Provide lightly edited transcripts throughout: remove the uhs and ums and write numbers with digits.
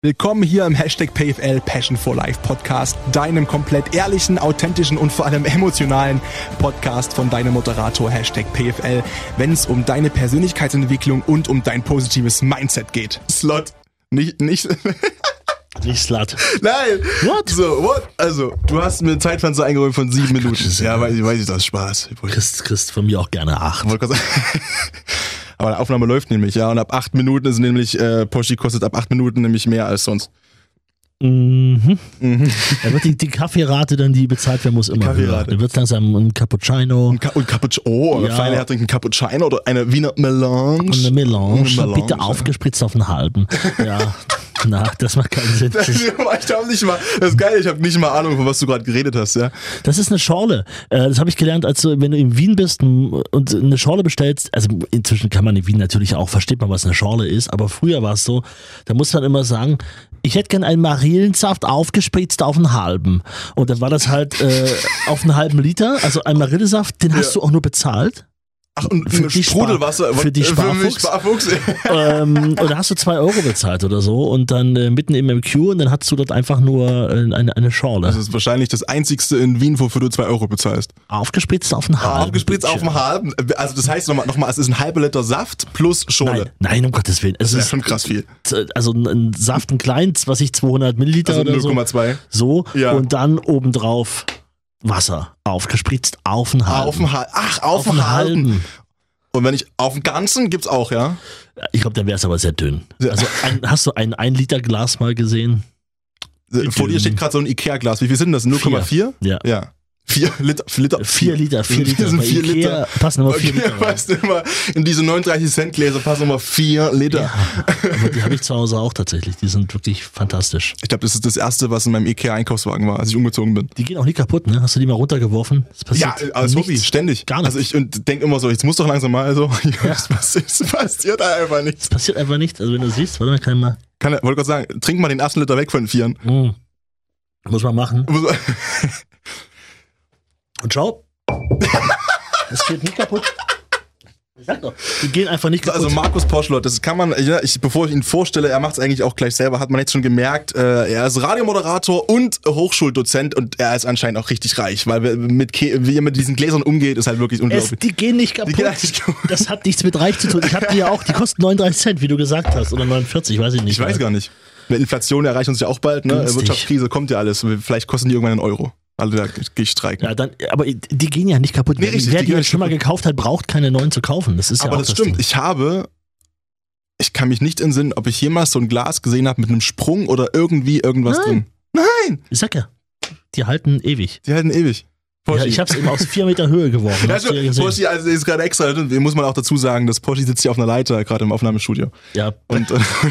Willkommen hier im Hashtag PFL Passion for Life Podcast, deinem komplett ehrlichen, authentischen und vor allem emotionalen Podcast von deinem Moderator Hashtag PFL, wenn es um deine Persönlichkeitsentwicklung und um dein positives Mindset geht. Slot. Nicht Nicht Slut. Nein. What? So, what? Also, du hast mir ein Zeitfenster eingeräumt von 7 Minuten. Ja, weiß ich, das ist Spaß. Kriegst von mir auch gerne 8. Aber die Aufnahme läuft nämlich, ja. Und ab 8 Minuten ist nämlich, Poschi kostet ab 8 Minuten nämlich mehr als sonst. Mhm. Da wird die Kaffeerate dann, die bezahlt werden muss, immer höher. Dann wird langsam ein Cappuccino. Und Cappuccino, ja. Feine Herr trinkt einen Cappuccino oder eine Wiener Melange. Und eine Melange. Bitte aufgespritzt auf einen halben. Ja. Na, das macht keinen Sinn. Ich hab nicht mal, das ist geil, ich habe nicht mal Ahnung, von was du gerade geredet hast, ja. Das ist eine Schorle. Das habe ich gelernt, wenn du in Wien bist und eine Schorle bestellst. Also inzwischen kann man in Wien natürlich auch, versteht man, was eine Schorle ist, aber früher war es so, da muss man immer sagen, ich hätte gern einen Marillensaft aufgespritzt auf einen halben. Und dann war das halt auf einen halben Liter, also ein Marillensaft, den hast du auch nur bezahlt. Ach, und für Sprudelwasser. Für die Sparfuchs. Und da hast du 2 Euro bezahlt oder so und dann mitten im MQ und dann hattest du dort einfach nur eine Schorle. Das ist wahrscheinlich das einzigste in Wien, wofür du 2 Euro bezahlst. Aufgespritzt auf einen halben. Aufgespritzt auf einen halben. Also das heißt nochmal, es ist ein halber Liter Saft plus Schorle. Nein, um Gottes Willen. Das ist ja schon krass viel. Also ein Saft, ein kleines, 200 Milliliter also oder 0,2. So. Ja. Und dann obendrauf Wasser aufgespritzt auf einen halben. Auf einen halben. Und wenn ich auf dem Ganzen gibt's auch, ja? Ich glaube, dann wäre es aber sehr dünn. Ja. Also hast du ein 1 Liter Glas mal gesehen? Vor dir steht gerade so ein Ikea-Glas. Wie viel sind das? 0,4? Ja. 4 Liter. 4 Liter. Bei 4 Ikea Liter. Passen immer 4 Liter. Passt immer, in diese 39-Cent-Gläser passen immer 4 Liter. Ja, aber die habe ich zu Hause auch tatsächlich. Die sind wirklich fantastisch. Ich glaube, das ist das Erste, was in meinem Ikea-Einkaufswagen war, als ich umgezogen bin. Die gehen auch nie kaputt, ne? Hast du die mal runtergeworfen? Das passiert ja, als Hobby, ständig. Gar nicht. Also ich denke immer so, jetzt muss doch langsam mal so. Ja. Es passiert einfach nichts. Es passiert einfach nichts. Also wenn du siehst, warte mal, kann ich mal. Wollte gerade sagen, trink mal den ersten Liter weg von den Vieren. Muss man machen. Und schau, es geht nicht kaputt. Ich sag doch, die gehen einfach nicht kaputt. Also Markus Poschlot, das kann man, bevor ich ihn vorstelle, er macht es eigentlich auch gleich selber, hat man jetzt schon gemerkt, er ist Radiomoderator und Hochschuldozent und er ist anscheinend auch richtig reich, weil wie er mit diesen Gläsern umgeht, ist halt wirklich unglaublich. Die gehen nicht kaputt. Das hat nichts mit reich zu tun. Ich hab die ja auch, die kosten 39 Cent, wie du gesagt hast, oder 49, weiß ich nicht. Ich weiß gar nicht. Eine Inflation erreicht uns ja auch bald, ne? Günstig. Wirtschaftskrise kommt ja alles. Vielleicht kosten die irgendwann einen Euro. Alle da gestreiken. Ja, aber die gehen ja nicht kaputt. Nee, richtig, Wer die jetzt schon mal gekauft hat, braucht keine neuen zu kaufen. Das ist aber ja auch das stimmt. Ding. Ich kann mich nicht entsinnen, ob ich jemals so ein Glas gesehen habe mit einem Sprung oder irgendwie irgendwas drin. Nein! Ich sag ja, die halten ewig. Die halten ewig. Ja, ich hab's eben aus 4 Meter Höhe geworfen. Ja, Poschi, also ist gerade extra, muss man auch dazu sagen, dass Poschi sitzt hier auf einer Leiter, gerade im Aufnahmestudio. Ja. Und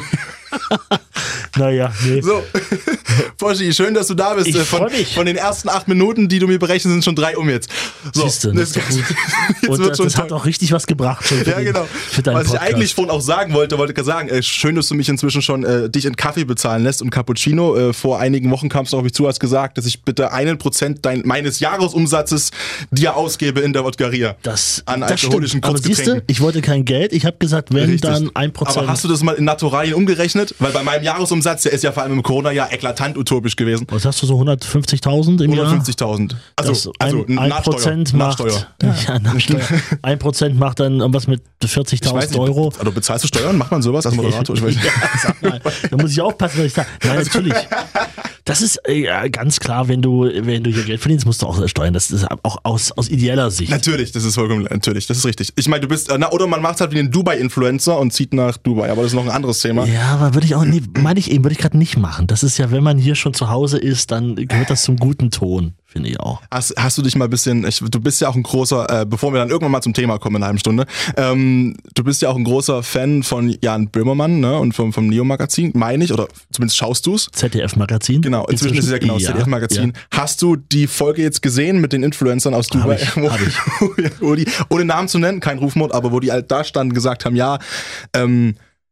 naja, nee. So, Poschi, schön, dass du da bist. Ich freu mich. Von den ersten 8 Minuten, die du mir berechnen, sind schon 3 um jetzt. So, siehste, das ist gut. Und das hat auch richtig was gebracht. Schon ja, genau. Für deinen was Podcast. ich eigentlich vorhin auch sagen wollte gerade sagen, schön, dass du mich inzwischen schon dich in Kaffee bezahlen lässt und Cappuccino. Vor einigen Wochen kamst du auf mich zu, hast gesagt, dass ich bitte 1% meines Jahresumsatzes dir ausgebe in der Wodgaria. An alkoholischen Kurzgetränken. Ich wollte kein Geld. Ich habe gesagt, wenn, richtig. Dann 1%. Aber hast du das mal in Naturalien umgerechnet? Weil bei meinem Jahresumsatz, der ist ja vor allem im Corona-Jahr eklatant utopisch gewesen. Was hast du, so 150.000 im Jahr? 150.000. Also 1% macht, ja, Nachsteuer. 1% macht dann irgendwas mit 40.000 Euro. Also bezahlst du Steuern? Macht man sowas als Moderator? Ich weiß nicht. Ja, sag mal, da muss ich aufpassen, was ich sage. Nein, natürlich. Das ist ganz klar, wenn du hier Geld verdienst, musst du auch steuern. Das ist auch aus ideeller Sicht. Natürlich, das ist vollkommen, natürlich, das ist richtig. Ich meine, du bist, oder man macht halt wie ein Dubai-Influencer und zieht nach Dubai, aber das ist noch ein anderes Thema. Ja, aber würde ich gerade nicht machen. Das ist ja, wenn man hier schon zu Hause ist, dann gehört das zum guten Ton. Finde ich auch. Hast du dich mal ein bisschen, du bist ja auch ein großer, bevor wir dann irgendwann mal zum Thema kommen in einer halben Stunde, du bist ja auch ein großer Fan von Jan Böhmermann, ne, und vom Neo-Magazin, meine ich, oder zumindest schaust du's. ZDF-Magazin. Genau, inzwischen ist es ja genau ZDF-Magazin. Ja. Hast du die Folge jetzt gesehen mit den Influencern aus Dubai? Hab ich. Wo die, ohne Namen zu nennen, kein Rufmord, aber wo die halt da standen, gesagt haben, ja,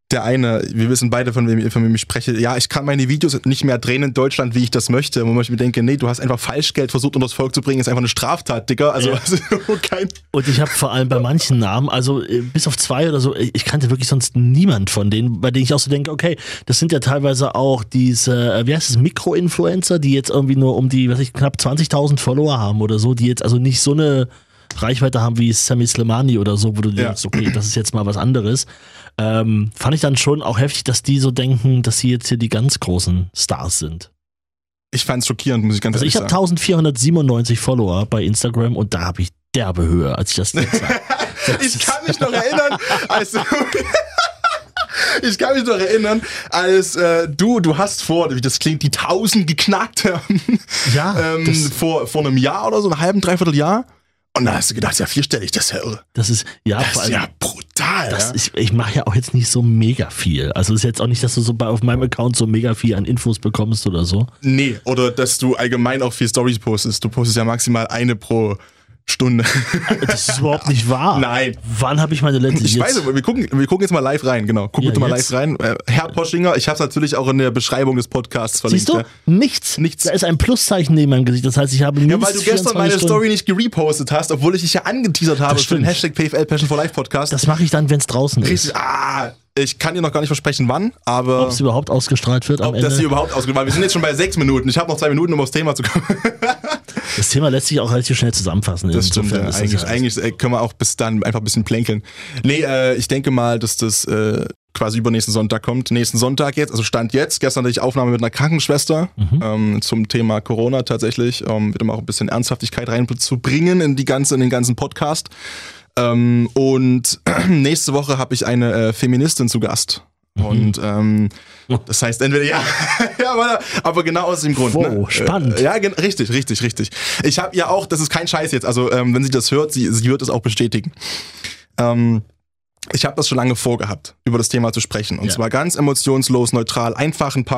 der eine, wir wissen beide, von wem ich spreche, ja, ich kann meine Videos nicht mehr drehen in Deutschland, wie ich das möchte. Wo ich mir denke, nee, du hast einfach Falschgeld versucht, unter das Volk zu bringen, ist einfach eine Straftat, Digga. Also, kein... Und ich habe vor allem bei manchen Namen, also bis auf 2 oder so, ich kannte wirklich sonst niemand von denen, bei denen ich auch so denke, okay, das sind ja teilweise auch diese, wie heißt es, Mikro-Influencer, die jetzt irgendwie nur um die, knapp 20.000 Follower haben oder so, die jetzt also nicht so eine Reichweite haben wie Sami Slimani oder so, wo du denkst, okay, das ist jetzt mal was anderes. Fand ich dann schon auch heftig, dass die so denken, dass sie jetzt hier die ganz großen Stars sind. Ich fand's schockierend, muss ich ganz ehrlich sagen. Also ich habe 1497 Follower bei Instagram und da habe ich derbe Höhe, als ich das jetzt sage. Ich kann mich noch erinnern, als du hast vor, wie das klingt, die 1000 geknackt ja, vor einem Jahr oder so, einem halben, dreiviertel Jahr. Und da hast du gedacht, ja, 4-stellig, das ist ja irre. Das ist ja brutal. Ich mache ja auch jetzt nicht so mega viel. Also es ist jetzt auch nicht, dass du so auf meinem Account so mega viel an Infos bekommst oder so. Nee, oder dass du allgemein auch viel Stories postest. Du postest ja maximal eine pro Stunde. Das ist überhaupt nicht wahr. Nein. Wann habe ich meine letzte? Ich weiß, wir gucken jetzt mal live rein, genau. Guck bitte mal live rein. Herr Poschinger, ich habe es natürlich auch in der Beschreibung des Podcasts verlinkt. Siehst du? Nichts. Da ist ein Pluszeichen neben meinem Gesicht. Das heißt, ich habe weil du gestern meine Story nicht gerepostet hast, obwohl ich dich ja angeteasert habe für den Hashtag PFL Passion for Life Podcast. Das mache ich dann, wenn es draußen ist. Richtig. Ich kann dir noch gar nicht versprechen, wann, aber... Ob es überhaupt ausgestrahlt wird am Ende. Ob das hier überhaupt ausgestrahlt wird. Wir sind jetzt schon bei 6 Minuten. Ich habe noch 2 Minuten, um aufs Thema zu kommen. Das Thema lässt sich auch relativ schnell zusammenfassen. Das stimmt, ja. Eigentlich können wir auch bis dann einfach ein bisschen plänkeln. Nee, ich denke mal, dass das quasi übernächsten Sonntag kommt. Nächsten Sonntag jetzt, also Stand jetzt. Gestern hatte ich Aufnahme mit einer Krankenschwester zum Thema Corona tatsächlich. Wieder mal auch ein bisschen Ernsthaftigkeit reinzubringen in den ganzen Podcast. Und nächste Woche habe ich eine Feministin zu Gast. Und das heißt entweder ja, aber genau aus dem Grund. Wow, spannend. Ja, richtig. Ich habe ja auch, das ist kein Scheiß jetzt, also wenn sie das hört, sie wird es auch bestätigen. Ich habe das schon lange vorgehabt, über das Thema zu sprechen. Und zwar ganz emotionslos, neutral, einfach ein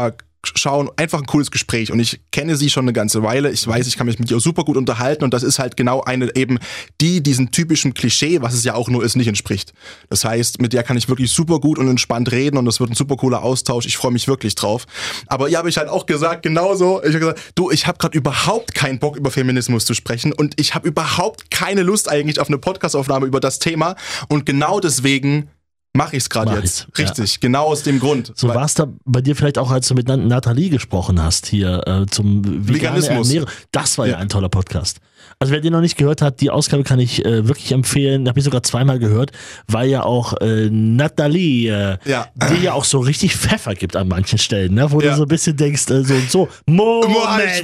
cooles Gespräch. Und ich kenne sie schon eine ganze Weile. Ich weiß, ich kann mich mit ihr super gut unterhalten. Und das ist halt genau eine eben, die diesem typischen Klischee, was es ja auch nur ist, nicht entspricht. Das heißt, mit der kann ich wirklich super gut und entspannt reden. Und das wird ein super cooler Austausch. Ich freue mich wirklich drauf. Aber ihr habe ich halt auch gesagt, genauso. Ich habe gesagt, ich habe gerade überhaupt keinen Bock, über Feminismus zu sprechen. Und ich habe überhaupt keine Lust eigentlich auf eine Podcastaufnahme über das Thema. Und genau deswegen mache ich es gerade jetzt. Richtig, genau aus dem Grund. So war es da bei dir vielleicht auch, als du mit Nathalie gesprochen hast hier zum Veganismus. Das war ja ein toller Podcast. Also wer den noch nicht gehört hat, die Ausgabe kann ich wirklich empfehlen. Habe ich sogar zweimal gehört, weil ja auch Nathalie, die ja auch so richtig Pfeffer gibt an manchen Stellen, ne? Wo du so ein bisschen denkst, so und so. Moment.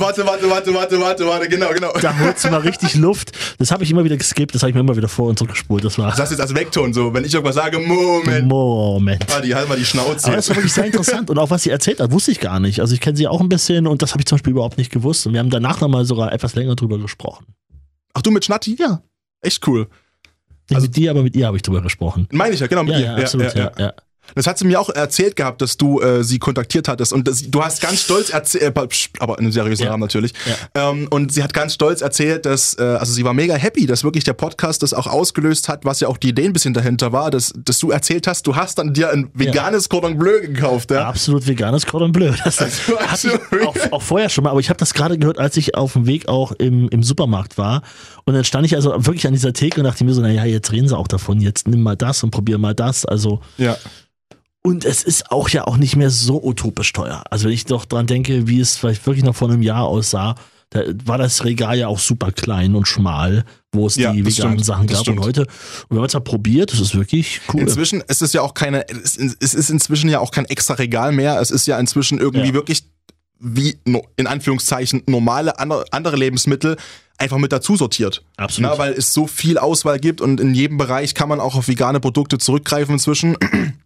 Warte, genau. Da holt sie mal richtig Luft. Das habe ich immer wieder geskippt, das habe ich mir immer wieder vor- und zurückgespult. Das ist jetzt als Vekton so, wenn ich irgendwas sage, Moment. Halt mal die Schnauze. Aber das war wirklich sehr interessant und auch was sie erzählt hat, wusste ich gar nicht. Also ich kenne sie auch ein bisschen und das habe ich zum Beispiel überhaupt nicht gewusst und wir haben danach nochmal sogar etwas länger drüber gesprochen. Ach, du mit Schnatti? Ja. Echt cool. Nicht mit dir, aber mit ihr habe ich drüber gesprochen. Meine ich ja, genau, mit ihr. Ja, absolut, ja. Das hat sie mir auch erzählt gehabt, dass du sie kontaktiert hattest und du hast ganz stolz erzählt, aber in einem seriösen Rahmen natürlich, und sie hat ganz stolz erzählt, dass, also sie war mega happy, dass wirklich der Podcast das auch ausgelöst hat, was ja auch die Idee ein bisschen dahinter war, dass du erzählt hast, du hast dann dir ein veganes Cordon Bleu gekauft. Ja? Absolut veganes Cordon Bleu. Das hatte ich auch vorher schon mal, aber ich habe das gerade gehört, als ich auf dem Weg auch im Supermarkt war und dann stand ich also wirklich an dieser Theke und dachte mir so, naja, jetzt reden sie auch davon, jetzt nimm mal das und probier mal das, also ja. Und es ist auch ja auch nicht mehr so utopisch teuer. Also wenn ich doch dran denke, wie es vielleicht wirklich noch vor einem Jahr aussah, da war das Regal ja auch super klein und schmal, wo es die veganen Sachen gab. Und heute, und wenn man es mal probiert, das ist wirklich cool. Inzwischen ist es ja auch es ist inzwischen ja auch kein extra Regal mehr. Es ist ja inzwischen irgendwie wirklich wie, in Anführungszeichen, normale andere Lebensmittel einfach mit dazu sortiert. Absolut. Na, weil es so viel Auswahl gibt und in jedem Bereich kann man auch auf vegane Produkte zurückgreifen inzwischen.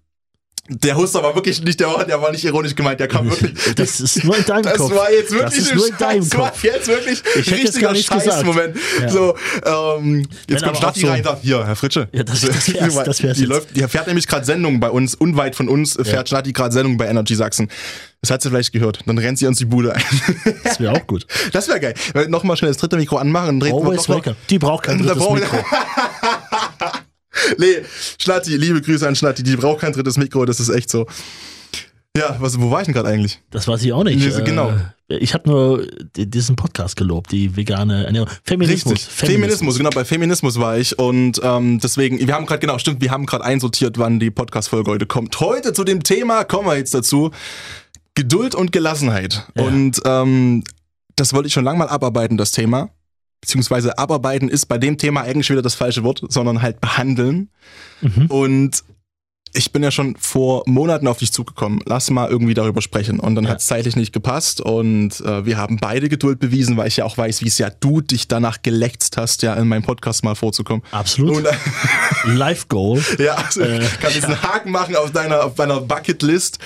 Der Huster war wirklich nicht, der war nicht ironisch gemeint, der kam wirklich. Das ist nur in deinem Kopf. Das war jetzt wirklich Das war jetzt wirklich ein richtiger Scheißmoment. Ja. So, jetzt kommt Schnatti rein und sagt, hier, Herr Fritsche. Ja, das wär's die fährt nämlich gerade Sendung bei uns, unweit von uns, fährt Schnatti gerade Sendung bei Energy Sachsen. Das hat sie vielleicht gehört. Dann rennt sie uns die Bude ein. Das wäre auch gut. Das wäre geil. Nochmal schnell das dritte Mikro anmachen. Always welcome. Die braucht kein drittes Mikro. Nee, Schnatti, liebe Grüße an Schnatti, die braucht kein drittes Mikro, das ist echt so. Ja, wo war ich denn gerade eigentlich? Das weiß ich auch nicht. Genau. Ich habe nur diesen Podcast gelobt, die vegane Ernährung. Feminismus, genau, bei Feminismus war ich und deswegen, wir haben gerade einsortiert, wann die Podcast-Folge heute kommt. Heute zu dem Thema, kommen wir jetzt dazu, Geduld und Gelassenheit. Ja. Und das wollte ich schon lange mal abarbeiten, das Thema. Beziehungsweise abarbeiten ist bei dem Thema eigentlich wieder das falsche Wort, sondern halt behandeln. Und ich bin ja schon vor Monaten auf dich zugekommen, lass mal irgendwie darüber sprechen. Und dann hat es zeitlich nicht gepasst und wir haben beide Geduld bewiesen, weil ich ja auch weiß, wie es ja du dich danach geleckt hast, ja in meinem Podcast mal vorzukommen. Absolut. Und, Life Goal. Ja, also kannst jetzt einen Haken machen auf deiner Bucketlist.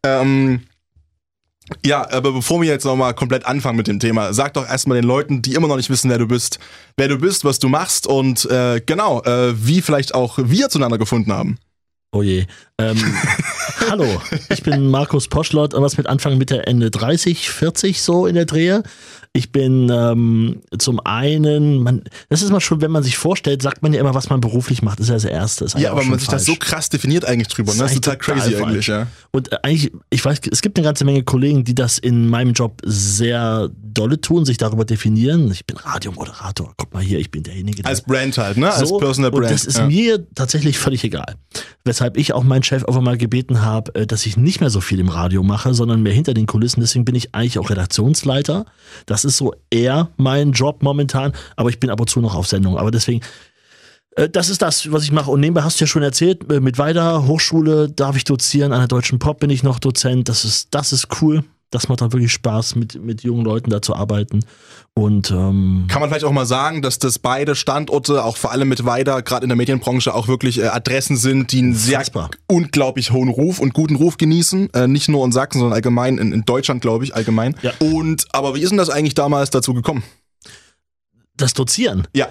Ja, aber bevor wir jetzt nochmal komplett anfangen mit dem Thema, sag doch erstmal den Leuten, die immer noch nicht wissen, wer du bist, was du machst und wie vielleicht auch wir zueinander gefunden haben. Oh je. Hallo, ich bin Markus Poschlott, was mit Anfang, Mitte, Ende 30, 40 so in der Drehe. Ich bin zum einen, das ist mal schon, wenn man sich vorstellt, sagt man ja immer, was man beruflich macht, ist ja das Erste. Ja, aber man sich das so krass definiert eigentlich drüber, ne? Das ist total crazy eigentlich, ja. Und eigentlich, ich weiß, es gibt eine ganze Menge Kollegen, die das in meinem Job sehr dolle tun, sich darüber definieren. Ich bin Radiomoderator, guck mal hier, ich bin derjenige. Als Brand halt, ne? Als Personal Brand. Und das ist mir tatsächlich völlig egal. Weshalb ich auch meinen Chef einfach mal gebeten habe, dass ich nicht mehr so viel im Radio mache, sondern mehr hinter den Kulissen. Deswegen bin ich eigentlich auch Redaktionsleiter. Das ist so eher mein Job momentan, aber ich bin ab und zu noch auf Sendung. Aber deswegen, das ist das, was ich mache. Und nebenbei hast du ja schon erzählt, mit Weida Hochschule darf ich dozieren, an der Deutschen Pop bin ich noch Dozent. Das ist cool. Das macht auch wirklich Spaß, mit jungen Leuten da zu arbeiten. Und kann man vielleicht auch mal sagen, dass das beide Standorte, auch vor allem mit Weida, gerade in der Medienbranche, auch wirklich Adressen sind, die einen sehr unglaublich hohen Ruf und guten Ruf genießen. Nicht nur in Sachsen, sondern allgemein, in Deutschland, glaube ich, allgemein. Ja. Aber wie ist denn das eigentlich damals dazu gekommen? Das Dozieren? Ja.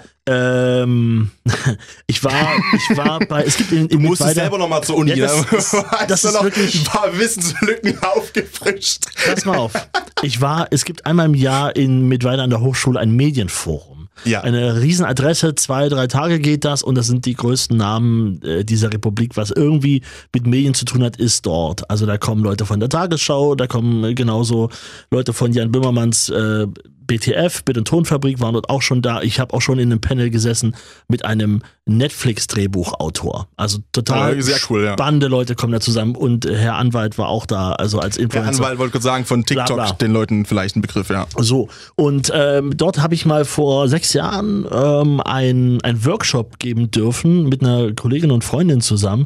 Ich war bei, es gibt du musstest selber nochmal zur Uni, ja, das ist noch wirklich ein paar Wissenslücken aufgefrischt. Pass mal auf. Es gibt einmal im Jahr mit Weida an der Hochschule ein Medienforum. Ja. Eine Riesenadresse, 2-3 Tage geht das und das sind die größten Namen dieser Republik, was irgendwie mit Medien zu tun hat, ist dort. Also da kommen Leute von der Tagesschau, da kommen genauso Leute von Jan Böhmermanns BTF, Bild- und Tonfabrik, waren dort auch schon da. Ich habe auch schon in einem Panel gesessen mit einem Netflix-Drehbuchautor. Also total sehr cool, spannende Leute kommen da zusammen und Herr Anwalt war auch da, also als Influencer. Herr Anwalt wollte gerade sagen, von TikTok, bla bla. Den Leuten vielleicht ein Begriff, ja. So, und dort habe ich mal vor 6 Jahren einen Workshop geben dürfen mit einer Kollegin und Freundin zusammen.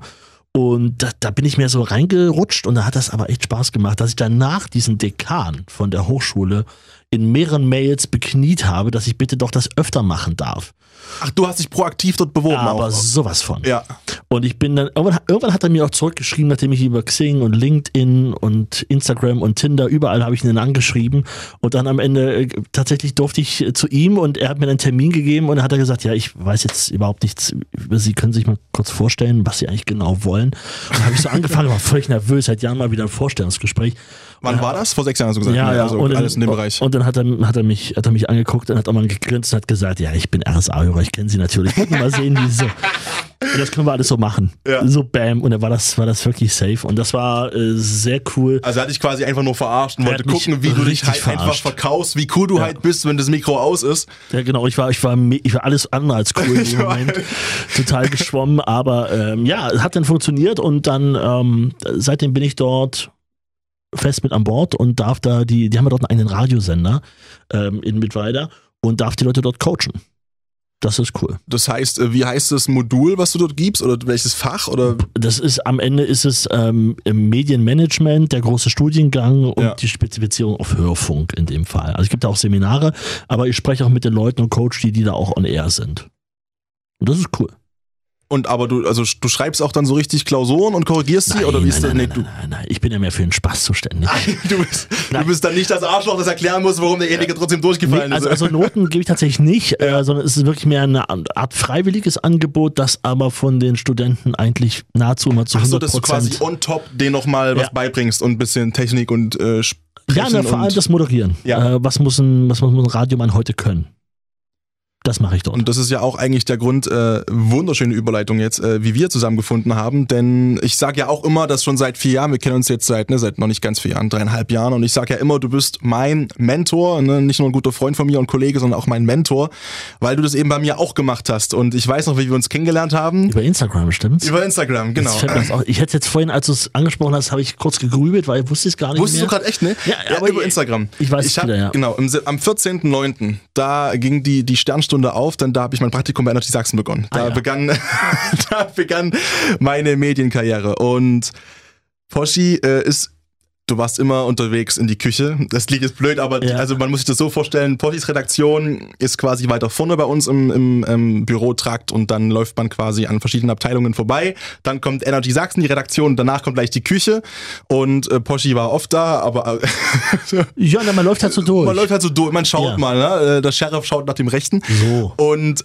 Und da bin ich mir so reingerutscht und da hat das aber echt Spaß gemacht, dass ich danach diesen Dekan von der Hochschule in mehreren Mails bekniet habe, dass ich bitte doch das öfter machen darf. Ach, du hast dich proaktiv dort beworben. Aber auch sowas von. Ja. Und ich bin dann, irgendwann hat er mir auch zurückgeschrieben, nachdem ich über Xing und LinkedIn und Instagram und Tinder, überall habe ich ihn angeschrieben. Und dann am Ende tatsächlich durfte ich zu ihm und er hat mir einen Termin gegeben und dann hat er gesagt, ja, ich weiß jetzt überhaupt nichts über Sie, können Sie sich mal kurz vorstellen, was Sie eigentlich genau wollen. Und dann habe ich so angefangen, war völlig nervös, seit Jahren mal wieder ein Vorstellungsgespräch. Wann war das? Vor 6 Jahren hast du gesagt? Ja, ja. Also und alles in dem Bereich. Und dann hat er mich angeguckt und hat auch mal gegrinst und hat gesagt, ja, ich bin RSA-Hörer, ich kenne Sie natürlich. Mal sehen, wie so. Und das können wir alles so machen. Ja. So bam. Und dann war das wirklich safe. Und das war sehr cool. Also er hat dich quasi einfach nur verarscht und wollte gucken, wie du dich halt einfach verkaufst, wie cool du halt bist, wenn das Mikro aus ist. Ja, genau. Ich war alles andere als cool in dem Moment. Total geschwommen. Aber es hat dann funktioniert und dann seitdem bin ich dort fest mit an Bord und darf da die haben ja dort einen Radiosender in Mittweida und darf die Leute dort coachen. Das ist cool. Das heißt, wie heißt das Modul, was du dort gibst oder welches Fach? Oder? Am Ende ist es Medienmanagement, der große Studiengang und die Spezifizierung auf Hörfunk in dem Fall. Also es gibt da auch Seminare, aber ich spreche auch mit den Leuten und coach die da auch on air sind. Und das ist cool. Aber du schreibst auch dann so richtig Klausuren und korrigierst sie? Oder wie ist das? Nein, ich bin ja mehr für den Spaß zuständig. Du bist dann nicht das Arschloch, das erklären muss, warum derjenige trotzdem durchgefallen ist. Also Noten gebe ich tatsächlich nicht, sondern es ist wirklich mehr eine Art freiwilliges Angebot, das aber von den Studenten eigentlich nahezu immer zu 100%. Achso, dass du quasi on top denen nochmal was beibringst und ein bisschen Technik und Sprechen. Ja, vor allem das Moderieren. Ja. Was muss ein Radiomann heute können? Das mache ich dort. Und das ist ja auch eigentlich der Grund, wunderschöne Überleitung jetzt, wie wir zusammengefunden haben. Denn ich sage ja auch immer, dass schon seit 4 Jahren, wir kennen uns jetzt seit noch nicht ganz 4 Jahren, 3,5 Jahren. Und ich sage ja immer, du bist mein Mentor, ne? Nicht nur ein guter Freund von mir und Kollege, sondern auch mein Mentor, weil du das eben bei mir auch gemacht hast. Und ich weiß noch, wie wir uns kennengelernt haben. Über Instagram, stimmt's? Über Instagram, genau. Ich hätte jetzt vorhin, als du es angesprochen hast, habe ich kurz gegrübelt, weil ich wusste es gar nicht Wusstest mehr. du gerade echt, ne? Ja, aber über Instagram. Ich weiß es wieder, ja. Genau, am 14.09., da ging die Sternstunde auf, denn da habe ich mein Praktikum bei Energy Sachsen begonnen. Da begann meine Medienkarriere. Und Poschi du warst immer unterwegs in die Küche. Das Lied ist blöd, aber also man muss sich das so vorstellen, Poschis Redaktion ist quasi weiter vorne bei uns im Bürotrakt und dann läuft man quasi an verschiedenen Abteilungen vorbei. Dann kommt Energy Sachsen, die Redaktion, danach kommt gleich die Küche und Poschi war oft da, aber ja, man läuft halt so durch. Man läuft halt so durch, man schaut mal, ne? Der Sheriff schaut nach dem Rechten. So. Und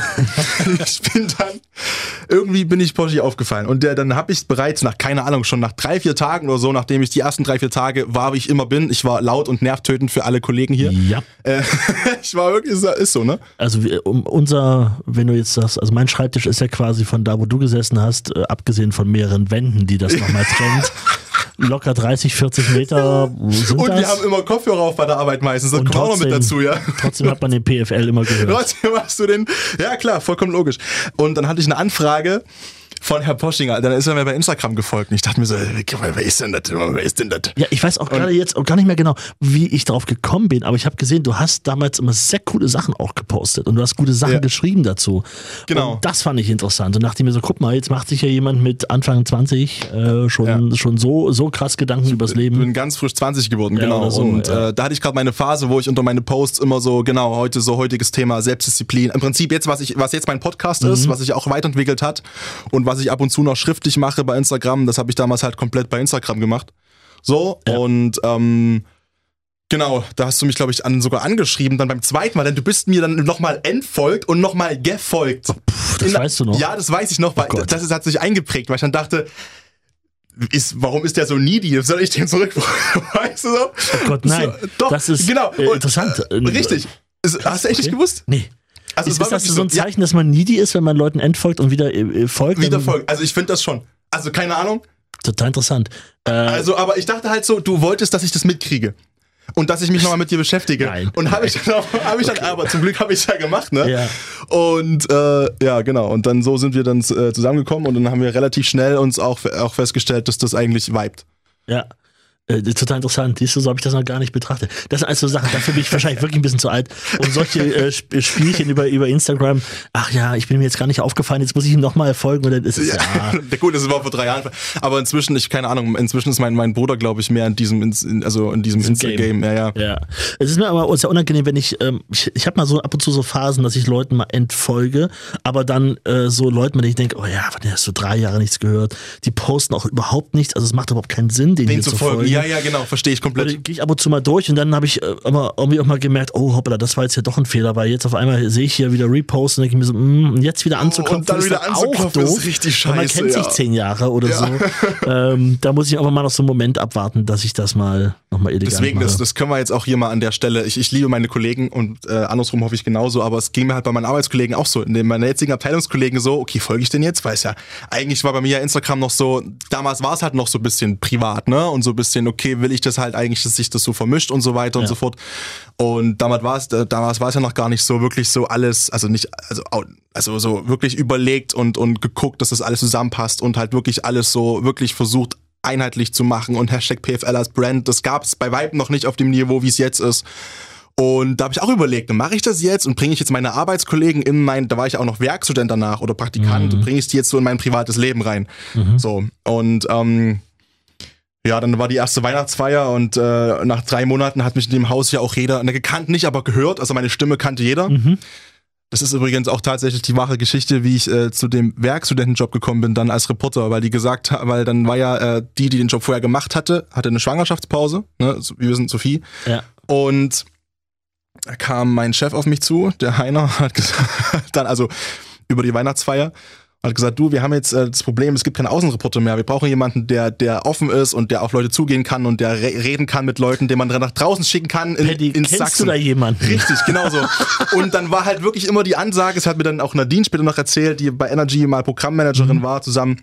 irgendwie bin ich Poschi aufgefallen und dann habe ich bereits schon nach 3-4 Tagen oder so, nachdem ich die ersten 3-4 Tage war, wie ich immer bin. Ich war laut und nervtötend für alle Kollegen hier. Ja. Ich war wirklich, ist so, ne? Also wenn du jetzt sagst, also mein Schreibtisch ist ja quasi von da, wo du gesessen hast, abgesehen von mehreren Wänden, die das nochmal trennt, locker 30, 40 Meter sind und das. Wir haben immer Kopfhörer auf bei der Arbeit meistens, das kommt auch noch mit dazu, ja. Trotzdem hat man den PFL immer gehört. Trotzdem hast du den, ja klar, vollkommen logisch. Und dann hatte ich eine Anfrage von Herr Poschinger, dann ist er mir bei Instagram gefolgt und ich dachte mir so, wer ist denn das? Ja, ich weiß auch gerade jetzt auch gar nicht mehr genau, wie ich darauf gekommen bin, aber ich habe gesehen, du hast damals immer sehr coole Sachen auch gepostet und du hast gute Sachen geschrieben dazu. Genau. Und das fand ich interessant und dachte mir so, guck mal, jetzt macht sich ja jemand mit Anfang 20 schon so krass Gedanken übers Leben. Ich bin ganz frisch 20 geworden, genau. So, und da hatte ich gerade meine Phase, wo ich unter meine Posts immer so, genau, heutiges Thema Selbstdisziplin. Im Prinzip jetzt, was jetzt mein Podcast ist, was sich auch weiterentwickelt hat und was ich ab und zu noch schriftlich mache bei Instagram, das habe ich damals halt komplett bei Instagram gemacht. So, und genau, da hast du mich, glaube ich, sogar angeschrieben, dann beim zweiten Mal, denn du bist mir dann nochmal entfolgt und nochmal gefolgt. Das weißt du noch? Ja, das weiß ich noch, weil hat sich eingeprägt, weil ich dann dachte, warum ist der so needy? Soll ich den zurück? Weißt du so? Oh Gott, nein. So, doch, das ist genau. Interessant. Richtig. Hast du echt nicht gewusst? Nee. Also ist das so ein Zeichen, dass man needy ist, wenn man Leuten entfolgt und wieder folgt? Wieder folgt. Also ich finde das schon. Also keine Ahnung. Total interessant. Aber ich dachte halt so, du wolltest, dass ich das mitkriege. Und dass ich mich nochmal mit dir beschäftige. Nein. Und habe ich dann, aber zum Glück habe ich es ja gemacht, ne? Ja. Und ja, genau. Und dann so sind wir dann zusammengekommen und dann haben wir relativ schnell uns auch festgestellt, dass das eigentlich vibet. Ja. Total interessant. Siehst du, so habe ich das noch gar nicht betrachtet. Das sind also Sachen, dafür bin ich wahrscheinlich wirklich ein bisschen zu alt. Und solche Spielchen über Instagram, ach ja, ich bin mir jetzt gar nicht aufgefallen, jetzt muss ich ihm nochmal folgen. Oder ist es, ja. Gut, das war vor 3 Jahren. Aber inzwischen, inzwischen ist mein Bruder, glaube ich, mehr in diesem Insta-Game. Ja. Es ist mir aber sehr unangenehm, wenn ich habe mal so ab und zu so Phasen, dass ich Leuten mal entfolge, aber dann so Leuten, mit denen ich denke, oh ja, von der hast du 3 Jahre nichts gehört, die posten auch überhaupt nichts, also es macht überhaupt keinen Sinn, denen zu folgen. Ja, genau, verstehe ich komplett. Gehe ich ab und zu mal durch und dann habe ich aber irgendwie auch mal gemerkt, oh hoppala, das war jetzt ja doch ein Fehler, weil jetzt auf einmal sehe ich hier wieder Reposten und denke ich mir so, und jetzt wieder anzuklopfen, und dann wieder anzuklopfen ist richtig scheiße. Man kennt sich 10 Jahre oder so. Da muss ich einfach mal noch so einen Moment abwarten, dass ich das mal nochmal elegant Deswegen, mache. das können wir jetzt auch hier mal an der Stelle, ich liebe meine Kollegen und andersrum hoffe ich genauso, aber es ging mir halt bei meinen Arbeitskollegen auch so, in meiner jetzigen Abteilungskollegen so, okay, folge ich denn jetzt? Weiß ja, eigentlich war bei mir ja Instagram noch so, damals war es halt noch so ein bisschen privat, ne? Und so ein bisschen, okay, will ich das halt eigentlich, dass sich das so vermischt und so weiter und so fort. Und damals war es ja noch gar nicht so wirklich so alles, also so wirklich überlegt und geguckt, dass das alles zusammenpasst und halt wirklich alles so wirklich versucht einheitlich zu machen und Hashtag PFL als Brand, das gab es bei Weitem noch nicht auf dem Niveau, wie es jetzt ist. Und da habe ich auch überlegt, mache ich das jetzt und bringe ich jetzt meine Arbeitskollegen da war ich auch noch Werkstudent danach oder Praktikant, bringe ich die jetzt so in mein privates Leben rein. So, und ja, dann war die erste Weihnachtsfeier und nach 3 Monaten hat mich in dem Haus ja auch jeder, gekannt nicht, aber gehört, also meine Stimme kannte jeder. Das ist übrigens auch tatsächlich die wahre Geschichte, wie ich zu dem Werkstudentenjob gekommen bin, dann als Reporter, weil dann war ja die den Job vorher gemacht hatte eine Schwangerschaftspause, ne, wir sind Sophie. Ja. Und da kam mein Chef auf mich zu, der Heiner, hat gesagt, dann also über die Weihnachtsfeier Hat gesagt, du, wir haben jetzt das Problem, es gibt keinen Außenreporter mehr. Wir brauchen jemanden, der offen ist und der auf Leute zugehen kann und der reden kann mit Leuten, den man dann nach draußen schicken kann Paddy, ins kennst Sachsen. du da jemanden? Richtig, genau so. Und dann war halt wirklich immer die Ansage, es hat mir dann auch Nadine später noch erzählt, die bei Energy mal Programmmanagerin war, zusammen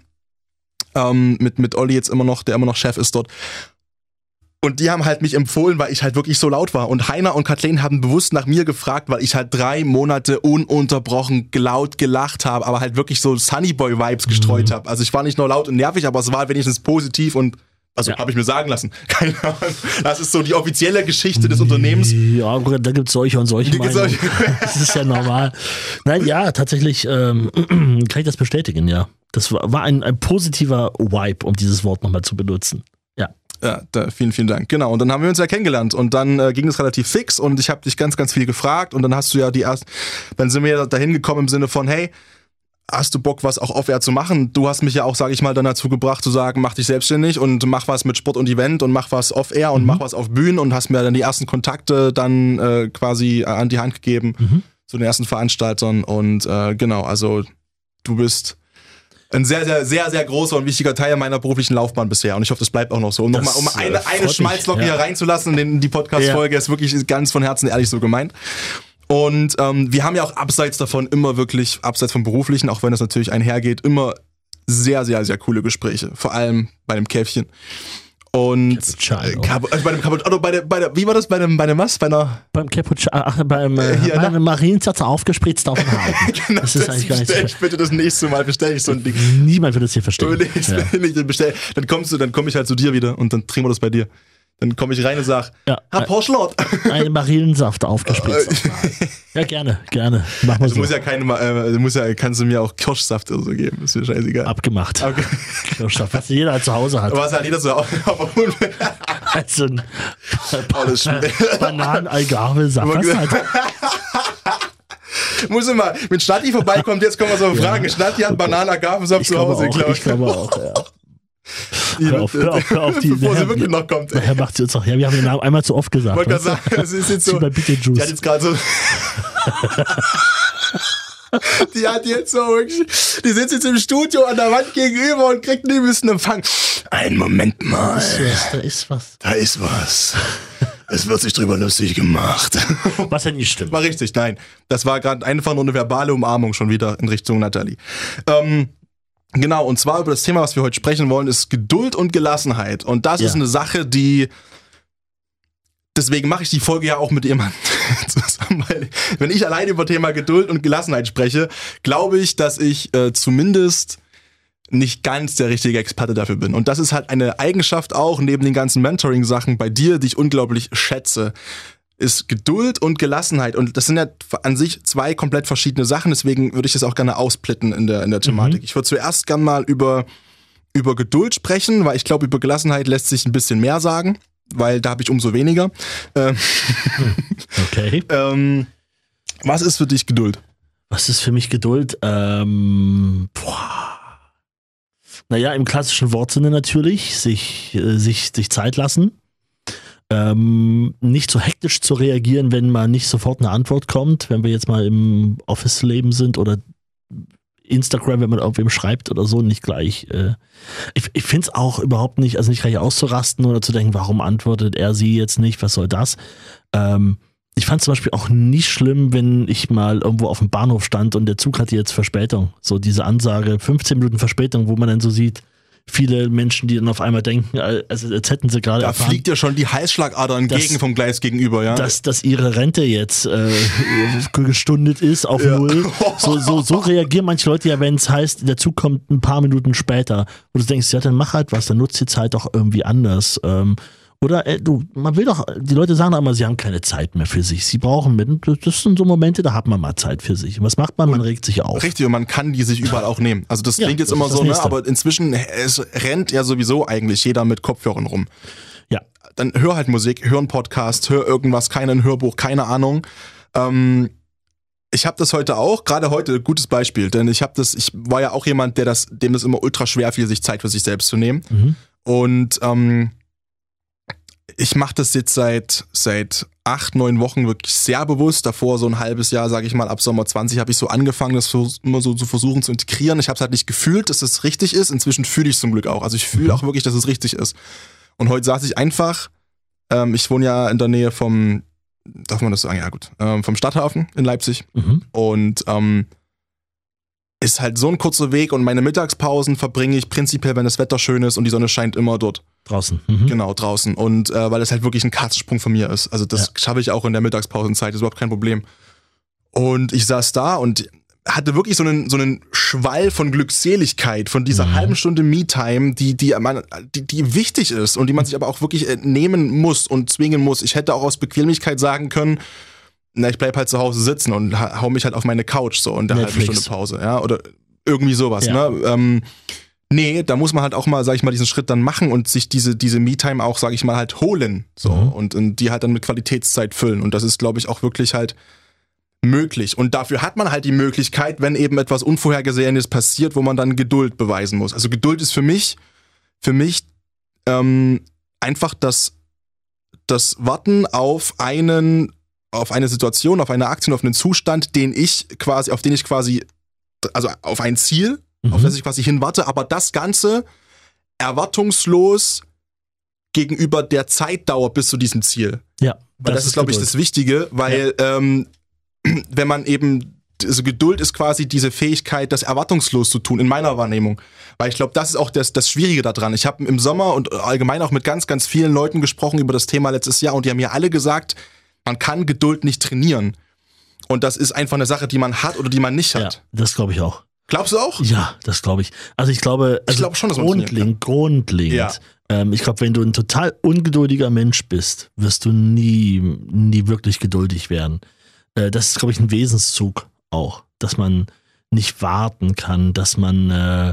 mit Olli jetzt immer noch, der immer noch Chef ist dort. Und die haben halt mich empfohlen, weil ich halt wirklich so laut war. Und Heiner und Kathleen haben bewusst nach mir gefragt, weil ich halt 3 Monate ununterbrochen laut gelacht habe, aber halt wirklich so Sunnyboy-Vibes gestreut habe. Also ich war nicht nur laut und nervig, aber es war wenigstens positiv und habe ich mir sagen lassen. Keine Ahnung. Das ist so die offizielle Geschichte des Unternehmens. Ja, da gibt es solche und solche Meinungen. Das ist ja normal. Nein, ja, tatsächlich kann ich das bestätigen, ja. Das war ein positiver Vibe, um dieses Wort nochmal zu benutzen. Ja, vielen, vielen Dank. Genau, und dann haben wir uns ja kennengelernt und dann ging es relativ fix und ich habe dich ganz, ganz viel gefragt und dann hast du ja dann sind wir ja dahin gekommen im Sinne von, hey, hast du Bock, was auch off-air zu machen? Du hast mich ja auch, sage ich mal, dann dazu gebracht zu sagen, mach dich selbstständig und mach was mit Sport und Event und mach was off-air und mach was auf Bühnen und hast mir dann die ersten Kontakte dann quasi an die Hand gegeben zu den ersten Veranstaltern und genau, also du bist ein sehr, sehr, sehr, sehr großer und wichtiger Teil meiner beruflichen Laufbahn bisher. Und ich hoffe, das bleibt auch noch so. Um eine Schmalzlocke hier reinzulassen in die Podcast-Folge, ist wirklich ganz von Herzen ehrlich so gemeint. Und wir haben ja auch abseits davon immer wirklich, abseits vom Beruflichen, auch wenn das natürlich einhergeht, immer sehr, sehr, sehr coole Gespräche. Vor allem bei dem Käffchen. Und bei dem Cappuccino, wie war das bei dem was? Beim Cappuccino, beim Mariensatz aufgespritzt auf dem Haken. Genau, das ist eigentlich gar nicht. Bestell ich bitte das nächste Mal, bestelle ich so ein Ding. Niemand wird das hier verstehen. Dann komme ich halt zu dir wieder und dann trinken wir das bei dir. Dann komme ich rein und sag, Herr Porschlot. Einen Marillensaft aufgespritzt. Ja, gerne. Mach mal so. Kannst du mir auch Kirschsaft oder so geben, ist mir scheißegal. Abgemacht. Kirschsaft, was jeder zu Hause hat. Was halt jeder zu Hause hat. Also ein Bananen-Algarve-Saft. Muss immer, wenn Schnatti vorbeikommt, jetzt kommen wir so Fragen. Schnatti hat Bananen-Algarve-Saft zu Hause, glaube ich. Ich glaube auch, ja. Hör auf, bevor sie wirklich noch kommt. Daher macht sie uns auch, wir haben den Namen einmal zu oft gesagt. Wollte gerade sagen, das ist jetzt so. Die hat jetzt gerade so. Die sitzt jetzt im Studio an der Wand gegenüber und kriegt einen übelsten Empfang. Einen Moment mal. Da ist was. Da ist was. Es wird sich drüber lustig gemacht. Was ja nicht stimmt. War richtig, nein. Das war gerade einfach nur eine verbale Umarmung schon wieder in Richtung Nathalie. Genau, und zwar über das Thema, was wir heute sprechen wollen, ist Geduld und Gelassenheit. Und das ist eine Sache, deswegen mache ich die Folge ja auch mit jemandem zusammen, weil wenn ich allein über Thema Geduld und Gelassenheit spreche, glaube ich, dass ich zumindest nicht ganz der richtige Experte dafür bin. Und das ist halt eine Eigenschaft auch, neben den ganzen Mentoring-Sachen bei dir, die ich unglaublich schätze, ist Geduld und Gelassenheit. Und das sind ja an sich 2 komplett verschiedene Sachen, deswegen würde ich das auch gerne aussplitten in der Thematik. Ich würde zuerst gerne mal über Geduld sprechen, weil ich glaube, über Gelassenheit lässt sich ein bisschen mehr sagen, weil da habe ich umso weniger. Okay. Was ist für dich Geduld? Was ist für mich Geduld? Naja, im klassischen Wortsinne natürlich, sich Zeit lassen. Nicht so hektisch zu reagieren, wenn mal nicht sofort eine Antwort kommt, wenn wir jetzt mal im Office-Leben sind oder Instagram, wenn man irgendwem schreibt oder so, nicht gleich. Ich finde es auch überhaupt nicht, also nicht gleich auszurasten oder zu denken, warum antwortet er sie jetzt nicht, was soll das? Ich fand es zum Beispiel auch nicht schlimm, wenn ich mal irgendwo auf dem Bahnhof stand und der Zug hatte jetzt Verspätung. So diese Ansage, 15 Minuten Verspätung, wo man dann so sieht, viele Menschen, die dann auf einmal denken, also als hätten sie gerade erfahren, fliegt ja schon die Halsschlagader entgegen vom Gleis gegenüber, ja. Dass ihre Rente jetzt gestundet ist auf 0. So reagieren manche Leute ja, wenn es heißt, der Zug kommt ein paar Minuten später. Und du denkst, ja, dann mach halt was, dann nutzt die Zeit doch irgendwie anders. Oder die Leute sagen auch immer, sie haben keine Zeit mehr für sich. Sie brauchen das sind so Momente, da hat man mal Zeit für sich. Und was macht man? Man regt sich auf. Richtig, und man kann die sich überall auch nehmen. Also das klingt jetzt immer so, ne? Aber inzwischen es rennt ja sowieso eigentlich jeder mit Kopfhörern rum. Ja. Dann hör halt Musik, hör einen Podcast, hör irgendwas, ein Hörbuch, keine Ahnung. Ich habe das heute auch, gerade heute, gutes Beispiel, denn ich war ja auch jemand, dem das immer ultra schwer fiel, sich Zeit für sich selbst zu nehmen. Und Ich mache das jetzt seit 8-9 Wochen wirklich sehr bewusst. Davor so ein halbes Jahr, sage ich mal, ab Sommer 20 habe ich so angefangen, das immer so zu versuchen zu integrieren. Ich habe es halt nicht gefühlt, dass es richtig ist. Inzwischen fühle ich es zum Glück auch. Also ich fühle auch wirklich, dass es richtig ist. Und heute saß ich einfach, ich wohne ja in der Nähe vom, darf man das sagen? Ja gut, vom Stadthafen in Leipzig. Und ist halt so ein kurzer Weg und meine Mittagspausen verbringe ich prinzipiell, wenn das Wetter schön ist und die Sonne scheint, immer dort. Draußen. Genau, draußen. Und weil das halt wirklich ein Katzensprung von mir ist. Also das schaffe ich auch in der Mittagspausenzeit, das ist überhaupt kein Problem. Und ich saß da und hatte wirklich so einen Schwall von Glückseligkeit, von dieser halben Stunde Me-Time, die wichtig ist und die man sich aber auch wirklich nehmen muss und zwingen muss. Ich hätte auch aus Bequemlichkeit sagen können, na, ich bleib halt zu Hause sitzen und hau mich halt auf meine Couch so und eine halbe Stunde Pause, ja, oder irgendwie sowas, ne? Nee, da muss man halt auch mal, sag ich mal, diesen Schritt dann machen und sich diese Me-Time auch, sag ich mal, halt holen, so, und die halt dann mit Qualitätszeit füllen und das ist, glaube ich, auch wirklich halt möglich und dafür hat man halt die Möglichkeit, wenn eben etwas Unvorhergesehenes passiert, wo man dann Geduld beweisen muss. Also Geduld ist für mich einfach das Warten auf eine Situation, auf eine Aktion, auf einen Zustand, auf den ich quasi, also auf ein Ziel, auf das ich quasi hinwarte, aber das Ganze erwartungslos gegenüber der Zeitdauer bis zu diesem Ziel. Ja. Weil das ist, glaube ich, das Wichtige, weil wenn man eben, also Geduld ist quasi diese Fähigkeit, das erwartungslos zu tun, in meiner Wahrnehmung. Weil ich glaube, das ist auch das Schwierige daran. Ich habe im Sommer und allgemein auch mit ganz, ganz vielen Leuten gesprochen über das Thema letztes Jahr und die haben mir alle gesagt, man kann Geduld nicht trainieren. Und das ist einfach eine Sache, die man hat oder die man nicht hat. Ja, das glaube ich auch. Glaubst du auch? Ja, das glaube ich. Also ich glaube schon, dass grundlegend. Ja. Ich glaube, wenn du ein total ungeduldiger Mensch bist, wirst du nie wirklich geduldig werden. Das ist, glaube ich, ein Wesenszug auch, dass man nicht warten kann, dass man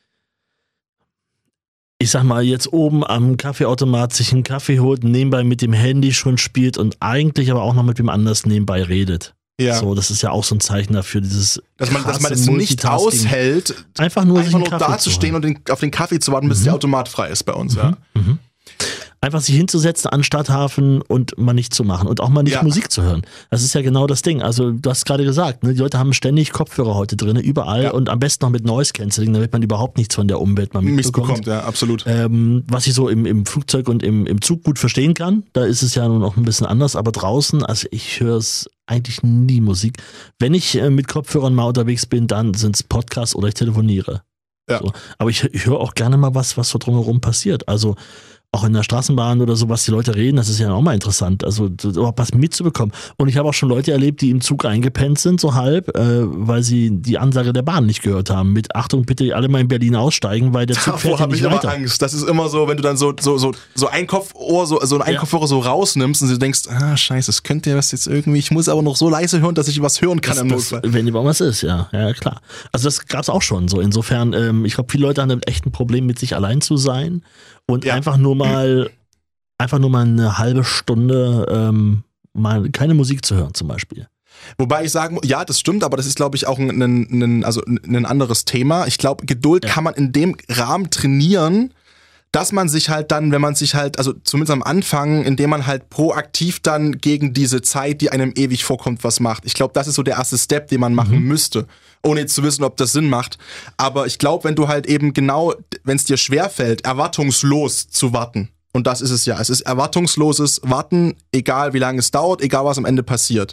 ich sag mal, jetzt oben am Kaffeeautomat sich einen Kaffee holt, nebenbei mit dem Handy schon spielt und eigentlich aber auch noch mit wem anders nebenbei redet. Ja. So, das ist ja auch so ein Zeichen dafür, dass man es nicht aushält, einfach nur da zu stehen und auf den Kaffee zu warten, bis der Automat frei ist bei uns. Ja. Einfach sich hinzusetzen an Stadthafen und mal nichts zu machen und auch mal nicht Musik zu hören. Das ist ja genau das Ding. Also du hast gerade gesagt, ne, die Leute haben ständig Kopfhörer heute drin, überall und am besten noch mit Noise Cancelling, damit man überhaupt nichts von der Umwelt mal mitbekommt. Ja, absolut. Was ich so im Flugzeug und im Zug gut verstehen kann, da ist es ja nun auch ein bisschen anders, aber draußen, also ich höre es eigentlich nie Musik. Wenn ich mit Kopfhörern mal unterwegs bin, dann sind es Podcasts oder ich telefoniere. Ja. So. Aber ich höre auch gerne mal was so drumherum passiert. Also auch in der Straßenbahn oder so, was die Leute reden, das ist ja auch mal interessant, also was mitzubekommen. Und ich habe auch schon Leute erlebt, die im Zug eingepennt sind, so halb, weil sie die Ansage der Bahn nicht gehört haben. Mit Achtung, bitte alle mal in Berlin aussteigen, weil der Zug fährt ja nicht weiter. Davor habe ich immer Angst. Das ist immer so, wenn du dann so ein Kopfohr, so ein Kopfhörer so rausnimmst und du denkst, scheiße, es könnte ja was jetzt irgendwie, ich muss aber noch so leise hören, dass ich was hören kann im Notfall. Wenn überhaupt was ist, ja klar. Also das gab es auch schon so. Insofern, ich glaube, viele Leute haben echt ein Problem mit sich allein zu sein. Und einfach nur mal eine halbe Stunde mal keine Musik zu hören zum Beispiel. Wobei ich sagen, ja, das stimmt, aber das ist, glaube ich, auch ein anderes Thema. Ich glaube, Geduld kann man in dem Rahmen trainieren, dass man sich halt dann, wenn man sich halt, also zumindest am Anfang, indem man halt proaktiv dann gegen diese Zeit, die einem ewig vorkommt, was macht. Ich glaube, das ist so der erste Step, den man machen müsste, ohne jetzt zu wissen, ob das Sinn macht. Aber ich glaube, wenn du halt eben genau, wenn es dir schwerfällt, erwartungslos zu warten, und das ist es ja, es ist erwartungsloses Warten, egal wie lange es dauert, egal was am Ende passiert,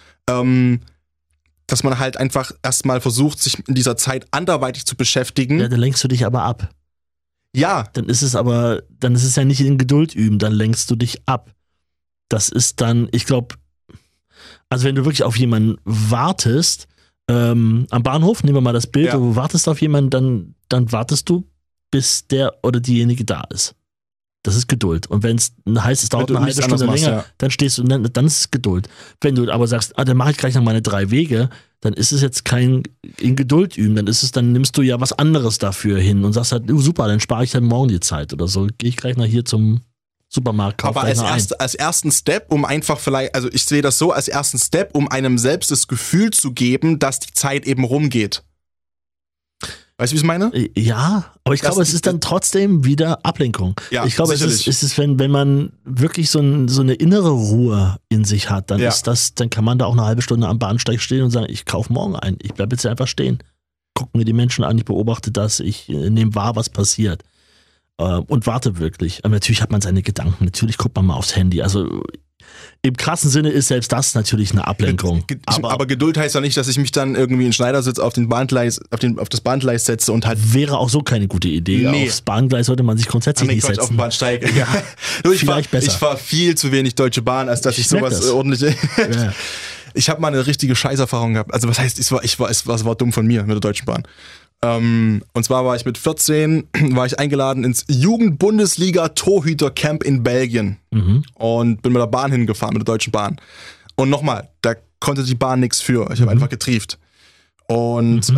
dass man halt einfach erstmal versucht, sich in dieser Zeit anderweitig zu beschäftigen. Ja, dann lenkst du dich aber ab. Ja. Dann ist es ja nicht in Geduld üben, dann lenkst du dich ab. Das ist dann, ich glaube, also wenn du wirklich auf jemanden wartest, am Bahnhof, nehmen wir mal das Bild, du wartest auf jemanden, dann wartest du, bis der oder diejenige da ist. Das ist Geduld. Und wenn es heißt, es dauert eine halbe Stunde länger, dann stehst du, dann ist es Geduld. Wenn du aber sagst, dann mache ich gleich noch meine 3 Wege, dann ist es jetzt kein in Geduld üben, dann nimmst du ja was anderes dafür hin und sagst halt, super, dann spare ich dann morgen die Zeit oder so. Gehe ich gleich noch hier zum Supermarkt. Aber als ersten Step, um einfach vielleicht, also ich sehe das so als ersten Step, um einem selbst das Gefühl zu geben, dass die Zeit eben rumgeht. Weißt du, wie ich es meine? Ja, aber ich glaube, es ist dann trotzdem wieder Ablenkung. Ja, ich glaube, es ist, wenn man wirklich so eine innere Ruhe in sich hat, dann dann kann man da auch eine halbe Stunde am Bahnsteig stehen und sagen, ich kaufe morgen ein. Ich bleibe jetzt einfach stehen. Guck mir die Menschen an, ich beobachte das, ich nehme wahr, was passiert. Und warte wirklich. Aber natürlich hat man seine Gedanken, natürlich guckt man mal aufs Handy. Also im krassen Sinne ist selbst das natürlich eine Ablenkung. Aber Geduld heißt ja nicht, dass ich mich dann irgendwie in Schneidersitz auf das Bahngleis setze und halt. Wäre auch so keine gute Idee. Nee. Aufs Bahngleis sollte man sich grundsätzlich nicht setzen. Auf den Bahnsteig. Ja. Ich fahr viel zu wenig Deutsche Bahn, als dass ich sowas ordentlich. Ja. Ich habe mal eine richtige Scheißerfahrung gehabt. Also was heißt, es war dumm von mir mit der Deutschen Bahn. Und zwar war ich mit 14, eingeladen ins Jugendbundesliga-Torhüter-Camp in Belgien. Und bin mit der Bahn hingefahren, mit der Deutschen Bahn. Und nochmal, da konnte die Bahn nichts für. Ich habe einfach getrieft. Und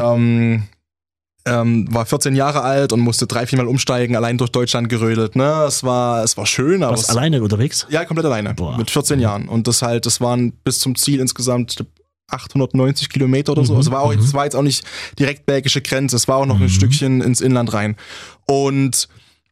war 14 Jahre alt und musste 3-4 Mal umsteigen, allein durch Deutschland gerödelt. Ne? Es war schön. Aber warst du alleine unterwegs? Ja, komplett alleine. Boah. Mit 14 Jahren. Und das waren bis zum Ziel insgesamt 890 Kilometer oder so. Es war jetzt auch nicht direkt belgische Grenze. Es war auch noch ein Stückchen ins Inland rein. Und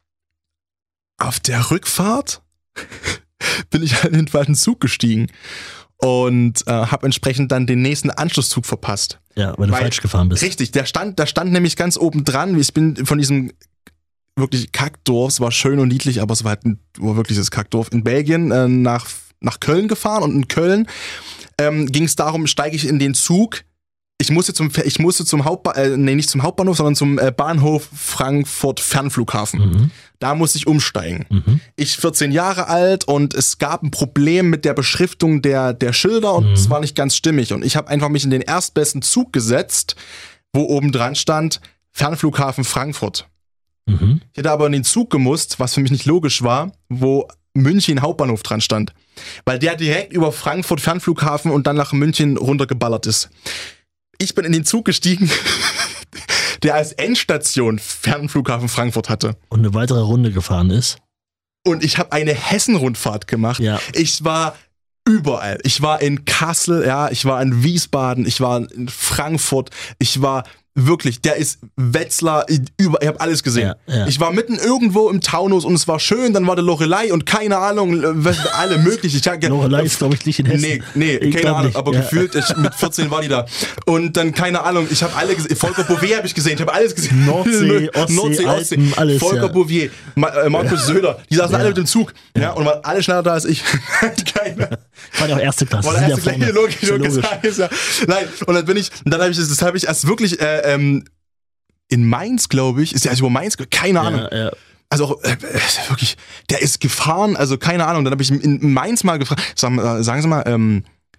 auf der Rückfahrt bin ich halt in den falschen Zug gestiegen und habe entsprechend dann den nächsten Anschlusszug verpasst. Ja, weil du falsch gefahren bist. Richtig, da stand nämlich ganz oben dran. Ich bin von diesem wirklich Kackdorf, es war schön und niedlich, aber es war halt wirklich das Kackdorf in Belgien nach Köln gefahren, und in Köln ging es darum, steige ich in den Zug. Ich musste zum nicht zum Hauptbahnhof, sondern zum Bahnhof Frankfurt Fernflughafen. Da musste ich umsteigen. Ich 14 Jahre alt und es gab ein Problem mit der Beschriftung der Schilder und es war nicht ganz stimmig. Und ich habe einfach mich in den erstbesten Zug gesetzt, wo oben dran stand Fernflughafen Frankfurt. Ich hätte aber in den Zug gemusst, was für mich nicht logisch war, wo München Hauptbahnhof dran stand. Weil der direkt über Frankfurt Fernflughafen und dann nach München runtergeballert ist. Ich bin in den Zug gestiegen, der als Endstation Fernflughafen Frankfurt hatte. Und eine weitere Runde gefahren ist. Und ich habe eine Hessen-Rundfahrt gemacht. Ja. Ich war überall. Ich war in Kassel, ja, ich war in Wiesbaden, ich war in Frankfurt, ich war wirklich, der ist Wetzlar, ich habe alles gesehen. Ja. Ich war mitten irgendwo im Taunus und es war schön, dann war der Loreley und keine Ahnung, alle möglichen. Loreley ist, glaube ich, nicht in Hessen. Nee, keine Ahnung, aber gefühlt, mit 14 war die da. Und dann, keine Ahnung, ich habe alle gesehen, Volker Bouvier habe ich gesehen, ich habe alles gesehen. Nordsee, Ostsee, alles. Volker Bouvier, Markus Söder, die saßen alle mit dem Zug. Ja, und waren alle schneller da als ich. Keine. War ja auch erste Klasse. War erste Klasse, logisch. Nein, und dann habe ich erst wirklich in Mainz, glaube ich, ist der also über Mainz, keine Ahnung. Ja. Also auch, wirklich, der ist gefahren, also keine Ahnung. Dann habe ich in Mainz mal gefragt, sagen Sie mal,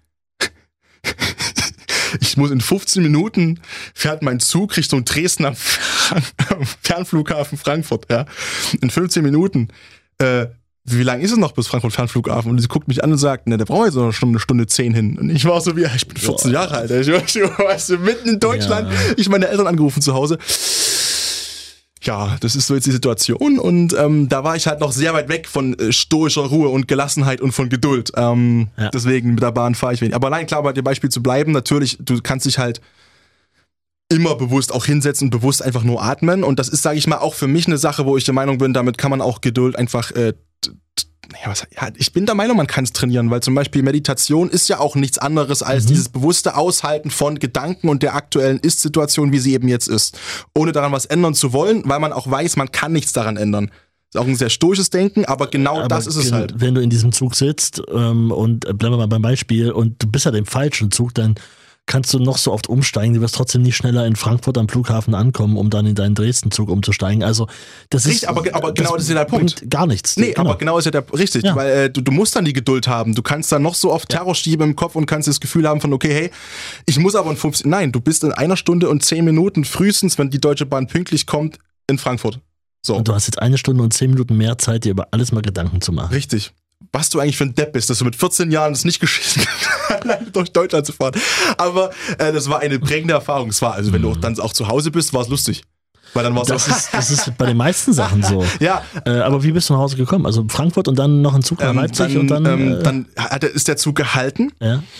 ich muss in 15 Minuten, fährt mein Zug Richtung Dresden am Fernflughafen Frankfurt, ja. In 15 Minuten, wie lange ist es noch bis Frankfurt Fernflughafen? Und sie guckt mich an und sagt, ne, da brauchen wir jetzt noch eine Stunde 10 hin. Und ich war so wie, ich bin 14 Jahre alt. Ich war mitten in Deutschland, ich meine Eltern angerufen zu Hause. Ja, das ist so jetzt die Situation. Und da war ich halt noch sehr weit weg von stoischer Ruhe und Gelassenheit und von Geduld. Deswegen mit der Bahn fahre ich wenig. Aber nein, klar, bei dem Beispiel zu bleiben, natürlich, du kannst dich halt immer bewusst auch hinsetzen, bewusst einfach nur atmen. Und das ist, sage ich mal, auch für mich eine Sache, wo ich der Meinung bin, damit kann man auch Geduld einfach ich bin der Meinung, man kann es trainieren, weil zum Beispiel Meditation ist ja auch nichts anderes als dieses bewusste Aushalten von Gedanken und der aktuellen Ist-Situation, wie sie eben jetzt ist. Ohne daran was ändern zu wollen, weil man auch weiß, man kann nichts daran ändern. Ist auch ein sehr stoisches Denken, aber das ist es halt. Wenn du in diesem Zug sitzt und bleiben wir mal beim Beispiel und du bist ja im falschen Zug, dann kannst du noch so oft umsteigen, du wirst trotzdem nicht schneller in Frankfurt am Flughafen ankommen, um dann in deinen Dresden-Zug umzusteigen. Also das richtig, ist aber genau das ist ja der Punkt. Gar nichts. Nee, genau. Aber genau ist ja richtig, weil du musst dann die Geduld haben. Du kannst dann noch so oft Terrorschiebe im Kopf und kannst das Gefühl haben von, okay, hey, ich muss aber in 15, nein, du bist in 1 Stunde und 10 Minuten frühestens, wenn die Deutsche Bahn pünktlich kommt, in Frankfurt. So. Und du hast jetzt 1 Stunde und 10 Minuten mehr Zeit, dir über alles mal Gedanken zu machen. Richtig. Was du eigentlich für ein Depp bist, dass du mit 14 Jahren es nicht geschissen hast, alleine durch Deutschland zu fahren. Aber das war eine prägende Erfahrung. Es war, also wenn du dann auch zu Hause bist, war es lustig. Weil dann war das ist bei den meisten Sachen so. Ja. Aber wie bist du nach Hause gekommen? Also Frankfurt und dann noch ein Zug nach Leipzig und dann ist der Zug gehalten. Ja.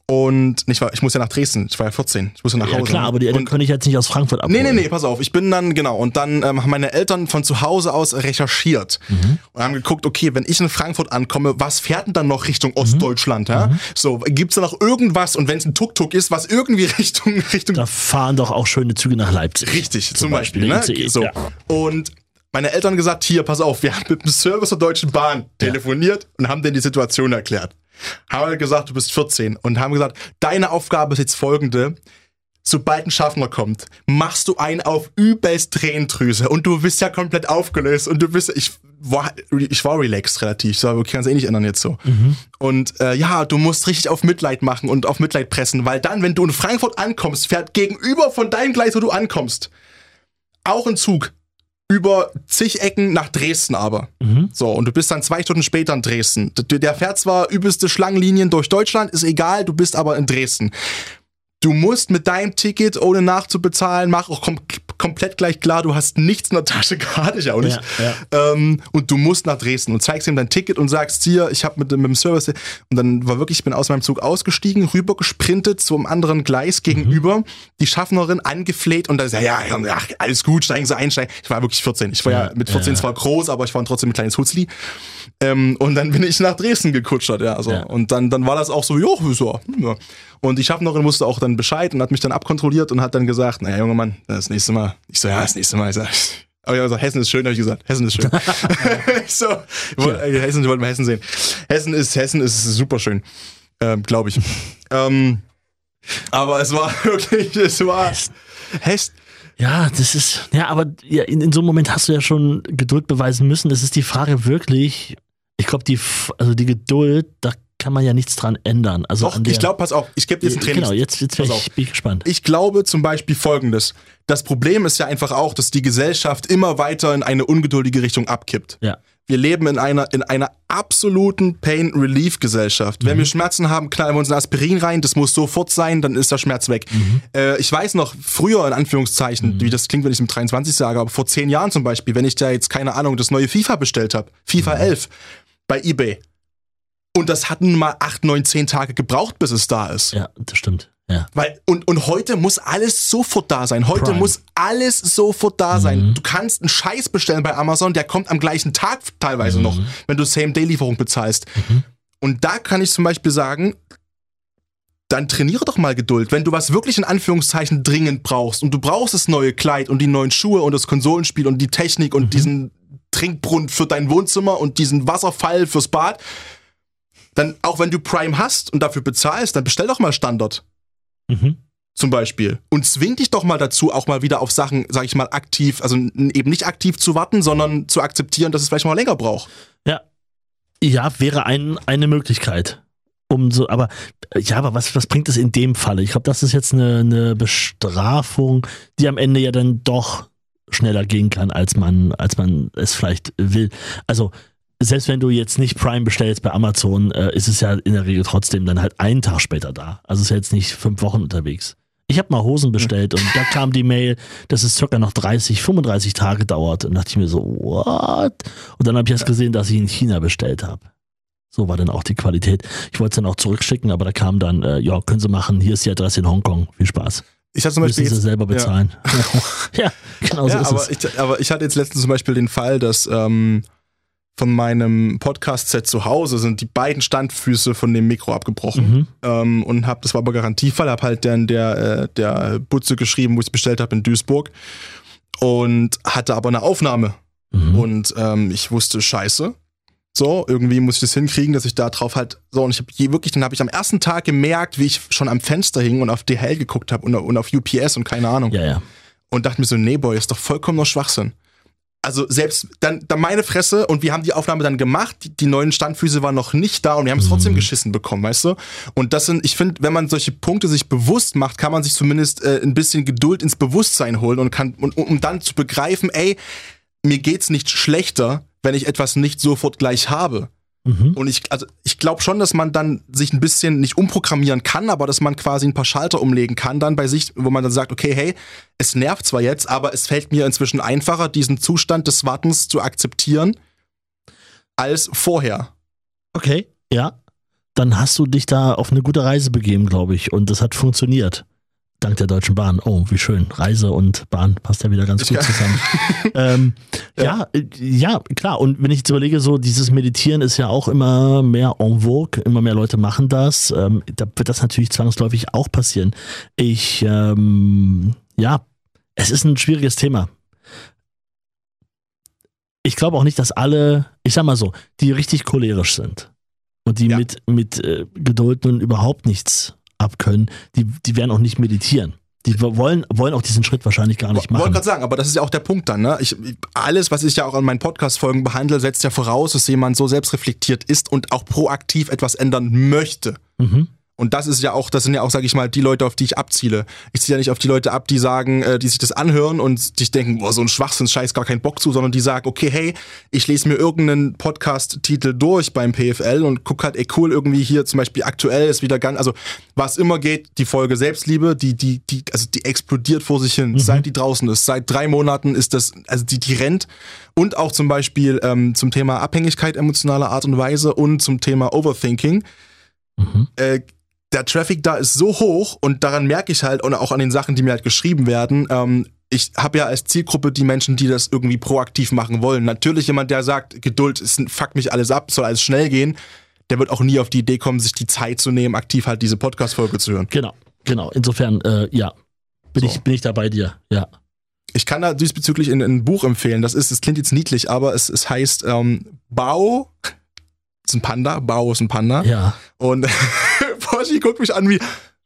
Und ich muss ja nach Dresden, ich war ja 14, ich muss ja nach Hause. Ja klar, aber die Eltern können ich jetzt nicht aus Frankfurt abholen. Nee, pass auf, ich bin dann, genau, und dann haben meine Eltern von zu Hause aus recherchiert und haben geguckt, okay, wenn ich in Frankfurt ankomme, was fährt denn dann noch Richtung Ostdeutschland, ja? So, gibt's da noch irgendwas, und wenn es ein Tuk-Tuk ist, was irgendwie Richtung... Da fahren doch auch schöne Züge nach Leipzig. Richtig, zum Beispiel, ne? ICE, so. ja. Und meine Eltern haben gesagt, hier, pass auf, wir haben mit dem Service der Deutschen Bahn telefoniert und haben denen die Situation erklärt. Haben halt gesagt, du bist 14 und haben gesagt, deine Aufgabe ist jetzt folgende: Sobald ein Schaffner kommt, machst du einen auf übelst Tränendrüse und du bist ja komplett aufgelöst und du bist, ich war relaxed relativ, so, aber ich kann es nicht ändern jetzt so. Und du musst richtig auf Mitleid machen und auf Mitleid pressen, weil dann, wenn du in Frankfurt ankommst, fährt gegenüber von deinem Gleis, wo du ankommst, auch ein Zug über zig Ecken nach Dresden aber. So, und du bist dann 2 Stunden später in Dresden. Der fährt zwar übelste Schlangenlinien durch Deutschland, ist egal, du bist aber in Dresden. Du musst mit deinem Ticket, ohne nachzubezahlen, mach auch komplett gleich klar, du hast nichts in der Tasche, gerade ich auch nicht. Ja. Und du musst nach Dresden und zeigst ihm dein Ticket und sagst, hier, ich habe mit dem Service, und dann war wirklich, ich bin aus meinem Zug ausgestiegen, rüber gesprintet zum anderen Gleis gegenüber, die Schaffnerin angefleht und dann sagt, ja, alles gut, steigen Sie ein, Ich war wirklich 14. Ich war ja mit 14 zwar groß, aber ich war trotzdem ein kleines Hutzli. Und dann bin ich nach Dresden gekutschert, Und dann war das auch so, ja. Und die Schaffnerin wusste auch dann Bescheid und hat mich dann abkontrolliert und hat dann gesagt, naja, junger Mann, das nächste Mal. Ich so, ja, das nächste Mal. Aber ich habe gesagt, Hessen ist schön, habe ich gesagt. Hessen ist schön. Ich wollte mal Hessen sehen. Hessen ist super schön, glaube ich. Aber es war wirklich, Hessen. Ja, das ist, aber in so einem Moment hast du ja schon Geduld beweisen müssen. Das ist die Frage wirklich, ich glaube, die Geduld, da kann man ja nichts dran ändern. Also doch, ich glaube, pass auf, ich gebe dir jetzt ein Training. Genau, jetzt bin ich gespannt. Ich glaube zum Beispiel Folgendes. Das Problem ist ja einfach auch, dass die Gesellschaft immer weiter in eine ungeduldige Richtung abkippt. Ja. Wir leben in einer absoluten Pain-Relief-Gesellschaft. Wenn wir Schmerzen haben, knallen wir uns ein Aspirin rein, das muss sofort sein, dann ist der Schmerz weg. Ich weiß noch, früher in Anführungszeichen, wie das klingt, wenn ich es im 23 sage, aber vor 10 Jahren zum Beispiel, wenn ich da jetzt, keine Ahnung, das neue FIFA bestellt habe, FIFA 11, bei eBay, und das hat nun mal 8, 9, 10 Tage gebraucht, bis es da ist. Ja, das stimmt. Ja. Weil, und heute muss alles sofort da sein. Heute muss alles sofort da sein. Du kannst einen Scheiß bestellen bei Amazon, der kommt am gleichen Tag teilweise noch, wenn du Same-Day-Lieferung bezahlst. Und da kann ich zum Beispiel sagen, dann trainiere doch mal Geduld. Wenn du was wirklich in Anführungszeichen dringend brauchst und du brauchst das neue Kleid und die neuen Schuhe und das Konsolenspiel und die Technik und diesen Trinkbrunnen für dein Wohnzimmer und diesen Wasserfall fürs Bad, dann, auch wenn du Prime hast und dafür bezahlst, dann bestell doch mal Standard. Zum Beispiel. Und zwing dich doch mal dazu, auch mal wieder auf Sachen, sag ich mal, aktiv, also eben nicht aktiv zu warten, sondern zu akzeptieren, dass es vielleicht mal länger braucht. Ja, wäre eine Möglichkeit. Aber was bringt es in dem Falle? Ich glaube, das ist jetzt eine Bestrafung, die am Ende ja dann doch schneller gehen kann, als man es vielleicht will. Also, selbst wenn du jetzt nicht Prime bestellst bei Amazon, ist es ja in der Regel trotzdem dann halt einen Tag später da. Also ist ja jetzt nicht 5 Wochen unterwegs. Ich habe mal Hosen bestellt und da kam die Mail, dass es circa noch 30, 35 Tage dauert. Und dachte ich mir so, what? Und dann habe ich erst gesehen, dass ich in China bestellt habe. So war dann auch die Qualität. Ich wollte es dann auch zurückschicken, aber da kam dann, können Sie machen, hier ist die Adresse in Hongkong. Viel Spaß. Ich hatte zum Beispiel müssen Sie selber bezahlen. Ja, genau so ist es. Aber ich hatte jetzt letztens zum Beispiel den Fall, dass von meinem Podcast-Set zu Hause sind die beiden Standfüße von dem Mikro abgebrochen. Und das war aber Garantiefall, habe halt dann der Butze geschrieben, wo ich es bestellt habe in Duisburg, und hatte aber eine Aufnahme. Und ich wusste, scheiße, so, irgendwie muss ich das hinkriegen, dass ich da drauf halt, so, und dann habe ich am ersten Tag gemerkt, wie ich schon am Fenster hing und auf DHL geguckt habe und auf UPS und keine Ahnung. Ja. Und dachte mir so, nee, Boy, ist doch vollkommener Schwachsinn. Also selbst dann meine Fresse, und wir haben die Aufnahme dann gemacht, die neuen Standfüße waren noch nicht da und wir haben es trotzdem geschissen bekommen, weißt du? Und ich finde, wenn man solche Punkte sich bewusst macht, kann man sich zumindest ein bisschen Geduld ins Bewusstsein holen um dann zu begreifen, ey, mir geht's nicht schlechter, wenn ich etwas nicht sofort gleich habe. Und ich glaube schon, dass man dann sich ein bisschen nicht umprogrammieren kann, aber dass man quasi ein paar Schalter umlegen kann dann bei sich, wo man dann sagt, okay, hey, es nervt zwar jetzt, aber es fällt mir inzwischen einfacher, diesen Zustand des Wartens zu akzeptieren, als vorher. Okay, ja. dann hast du dich da auf eine gute Reise begeben, glaube ich. Und das hat funktioniert. Dank der Deutschen Bahn. Oh, wie schön. Reise und Bahn passt ja wieder ganz gut zusammen. Ja, klar. Und wenn ich jetzt überlege, so dieses Meditieren ist ja auch immer mehr en vogue. Immer mehr Leute machen das. Da wird das natürlich zwangsläufig auch passieren. Es ist ein schwieriges Thema. Ich glaube auch nicht, dass alle, ich sag mal so, die richtig cholerisch sind und die mit Geduld nun überhaupt nichts abkönnen, die werden auch nicht meditieren. Die wollen auch diesen Schritt wahrscheinlich gar nicht machen. Ich wollte gerade sagen, aber das ist ja auch der Punkt dann. Ne? Alles, was ich ja auch in meinen Podcast-Folgen behandle, setzt ja voraus, dass jemand so selbstreflektiert ist und auch proaktiv etwas ändern möchte. Mhm. Und das sind ja auch, sage ich mal, die Leute, auf die ich abziele. Ich ziehe ja nicht auf die Leute ab, die sagen, die sich das anhören und sich denken, boah, so ein Schwachsinn-Scheiß, gar keinen Bock zu, sondern die sagen, okay, hey, ich lese mir irgendeinen Podcast-Titel durch beim PFL und guck halt, ey, cool, irgendwie hier zum Beispiel aktuell ist wieder ganz, also was immer geht, die Folge Selbstliebe, die explodiert vor sich hin, seit die draußen ist. Seit 3 Monaten ist das, also die rennt. Und auch zum Beispiel zum Thema Abhängigkeit emotionaler Art und Weise und zum Thema Overthinking. Der Traffic da ist so hoch und daran merke ich halt, und auch an den Sachen, die mir halt geschrieben werden, ich habe ja als Zielgruppe die Menschen, die das irgendwie proaktiv machen wollen. Natürlich jemand, der sagt, Geduld, fuck mich alles ab, soll alles schnell gehen, der wird auch nie auf die Idee kommen, sich die Zeit zu nehmen, aktiv halt diese Podcast-Folge zu hören. Genau. Insofern, bin ich da bei dir, ja. Ich kann da diesbezüglich ein Buch empfehlen, das klingt jetzt niedlich, aber es heißt Bao, ist ein Panda, Bao ist ein Panda. Ja. Und Porsche guckt mich an wie.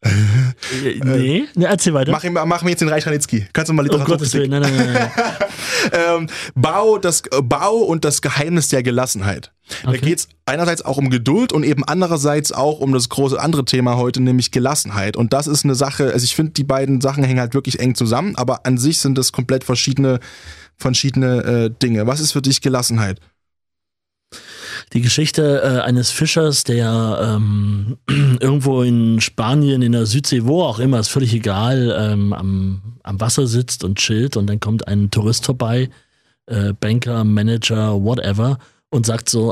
Nee, erzähl weiter. Mach mir jetzt den Reich Ranitzky. Kannst du mal Literatur? Oh Gottes Willen, nein. Bao und das Geheimnis der Gelassenheit. Okay. Da geht es einerseits auch um Geduld und eben andererseits auch um das große andere Thema heute, nämlich Gelassenheit. Und das ist eine Sache, also ich finde, die beiden Sachen hängen halt wirklich eng zusammen, aber an sich sind das komplett verschiedene Dinge. Was ist für dich Gelassenheit? Die Geschichte eines Fischers, der irgendwo in Spanien, in der Südsee, wo auch immer, ist völlig egal, am Wasser sitzt und chillt und dann kommt ein Tourist vorbei, Banker, Manager, whatever, und sagt so,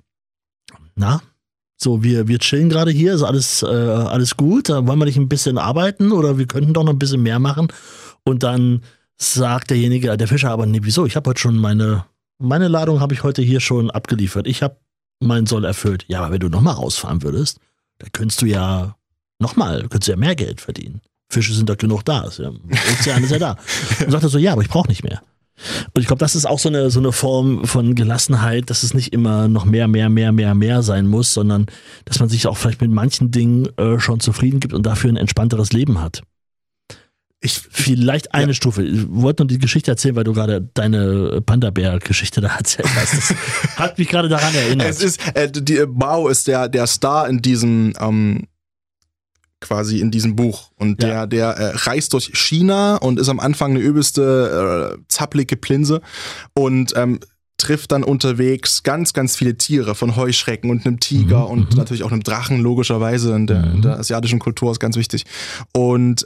wir chillen gerade hier, ist alles gut, da wollen wir nicht ein bisschen arbeiten oder wir könnten doch noch ein bisschen mehr machen. Und dann sagt der Fischer aber, nee, wieso, ich habe heute schon meine Ladung habe ich heute hier schon abgeliefert. Ich habe meinen Soll erfüllt. Ja, aber wenn du nochmal rausfahren würdest, dann könntest du ja mehr Geld verdienen. Fische sind doch genug da. Der Ozean ist ja da. Und sagt er so, ja, aber ich brauche nicht mehr. Und ich glaube, das ist auch so eine Form von Gelassenheit, dass es nicht immer noch mehr sein muss, sondern dass man sich auch vielleicht mit manchen Dingen schon zufrieden gibt und dafür ein entspannteres Leben hat. Vielleicht eine Stufe. Ich wollte nur die Geschichte erzählen, weil du gerade deine Panda-Bär-Geschichte da erzählt hast. Das hat mich gerade daran erinnert. Es ist, Bao ist der Star in diesem quasi in diesem Buch. Und der reist durch China und ist am Anfang eine übelste zappelige Plinse und trifft dann unterwegs ganz, ganz viele Tiere, von Heuschrecken und einem Tiger und natürlich auch einem Drachen, logischerweise in der asiatischen Kultur ist ganz wichtig. Und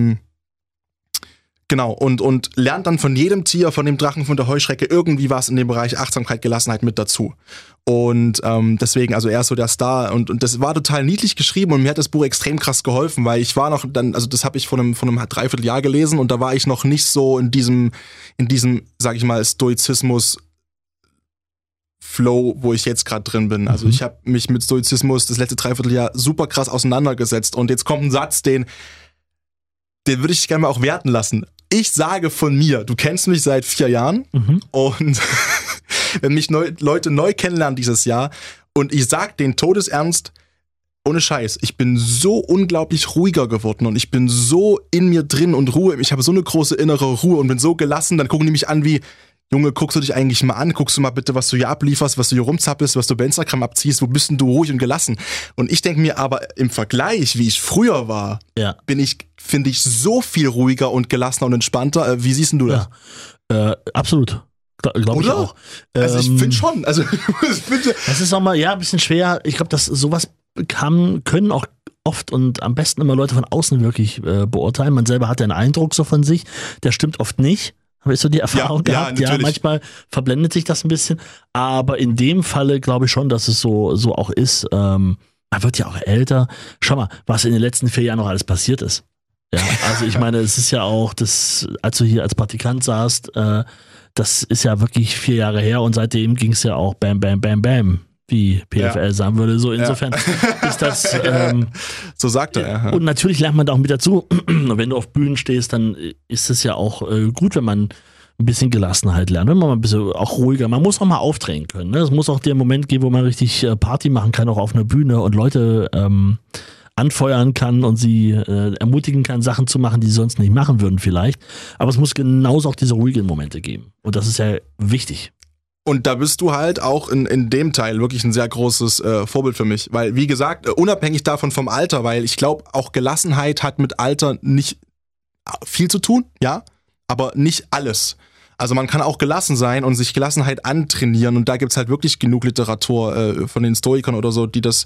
genau, und lernt dann von jedem Tier, von dem Drachen, von der Heuschrecke irgendwie was in dem Bereich Achtsamkeit, Gelassenheit mit dazu. Und deswegen, also er ist so der Star und das war total niedlich geschrieben und mir hat das Buch extrem krass geholfen, weil ich war noch dann, also das habe ich von einem Dreivierteljahr gelesen und da war ich noch nicht so in diesem, sag ich mal, Stoizismus Flow, wo ich jetzt gerade drin bin. Also ich habe mich mit Stoizismus das letzte Dreivierteljahr super krass auseinandergesetzt und jetzt kommt ein Satz, den würde ich gerne mal auch werten lassen. Ich sage von mir, du kennst mich seit 4 Jahren und wenn mich Leute neu kennenlernen dieses Jahr und ich sag den Todesernst, ohne Scheiß, ich bin so unglaublich ruhiger geworden und ich bin so in mir drin und Ruhe, ich habe so eine große innere Ruhe und bin so gelassen, dann gucken die mich an wie, Junge, guckst du dich eigentlich mal an, guckst du mal bitte, was du hier ablieferst, was du hier rumzappelst, was du bei Instagram abziehst, wo bist denn du ruhig und gelassen? Und ich denke mir aber im Vergleich, wie ich früher war, finde ich so viel ruhiger und gelassener und entspannter. Wie siehst denn du das? Ja, absolut. Glaube ich auch. Also ich finde schon. Also, das ist auch mal, ein bisschen schwer. Ich glaube, dass sowas können auch oft und am besten immer Leute von außen wirklich beurteilen. Man selber hat ja einen Eindruck so von sich, der stimmt oft nicht. Hast du die Erfahrung gehabt? Ja, manchmal verblendet sich das ein bisschen. Aber in dem Falle glaube ich schon, dass es so auch ist. man wird ja auch älter. Schau mal, was in den letzten 4 Jahren noch alles passiert ist. Ja, also ich meine, es ist ja auch, das, als du hier als Praktikant saßt, das ist ja wirklich 4 Jahre her und seitdem ging es ja auch bam, bam, bam, bam, wie PFL sagen würde. So insofern ist das so sagt er. Ja. Und natürlich lernt man da auch mit dazu. Wenn du auf Bühnen stehst, dann ist es ja auch gut, wenn man ein bisschen Gelassenheit lernt, wenn man mal ein bisschen auch ruhiger, man muss auch mal aufdrehen können. Ne? Es muss auch der Moment geben, wo man richtig Party machen kann, auch auf einer Bühne und Leute anfeuern kann und sie ermutigen kann, Sachen zu machen, die sie sonst nicht machen würden vielleicht. Aber es muss genauso auch diese ruhigen Momente geben. Und das ist ja wichtig. Und da bist du halt auch in dem Teil wirklich ein sehr großes Vorbild für mich. Weil, wie gesagt, unabhängig davon vom Alter, weil ich glaube, auch Gelassenheit hat mit Alter nicht viel zu tun, ja, aber nicht alles. Also man kann auch gelassen sein und sich Gelassenheit antrainieren. Und da gibt's halt wirklich genug Literatur von den Stoikern oder so, die das,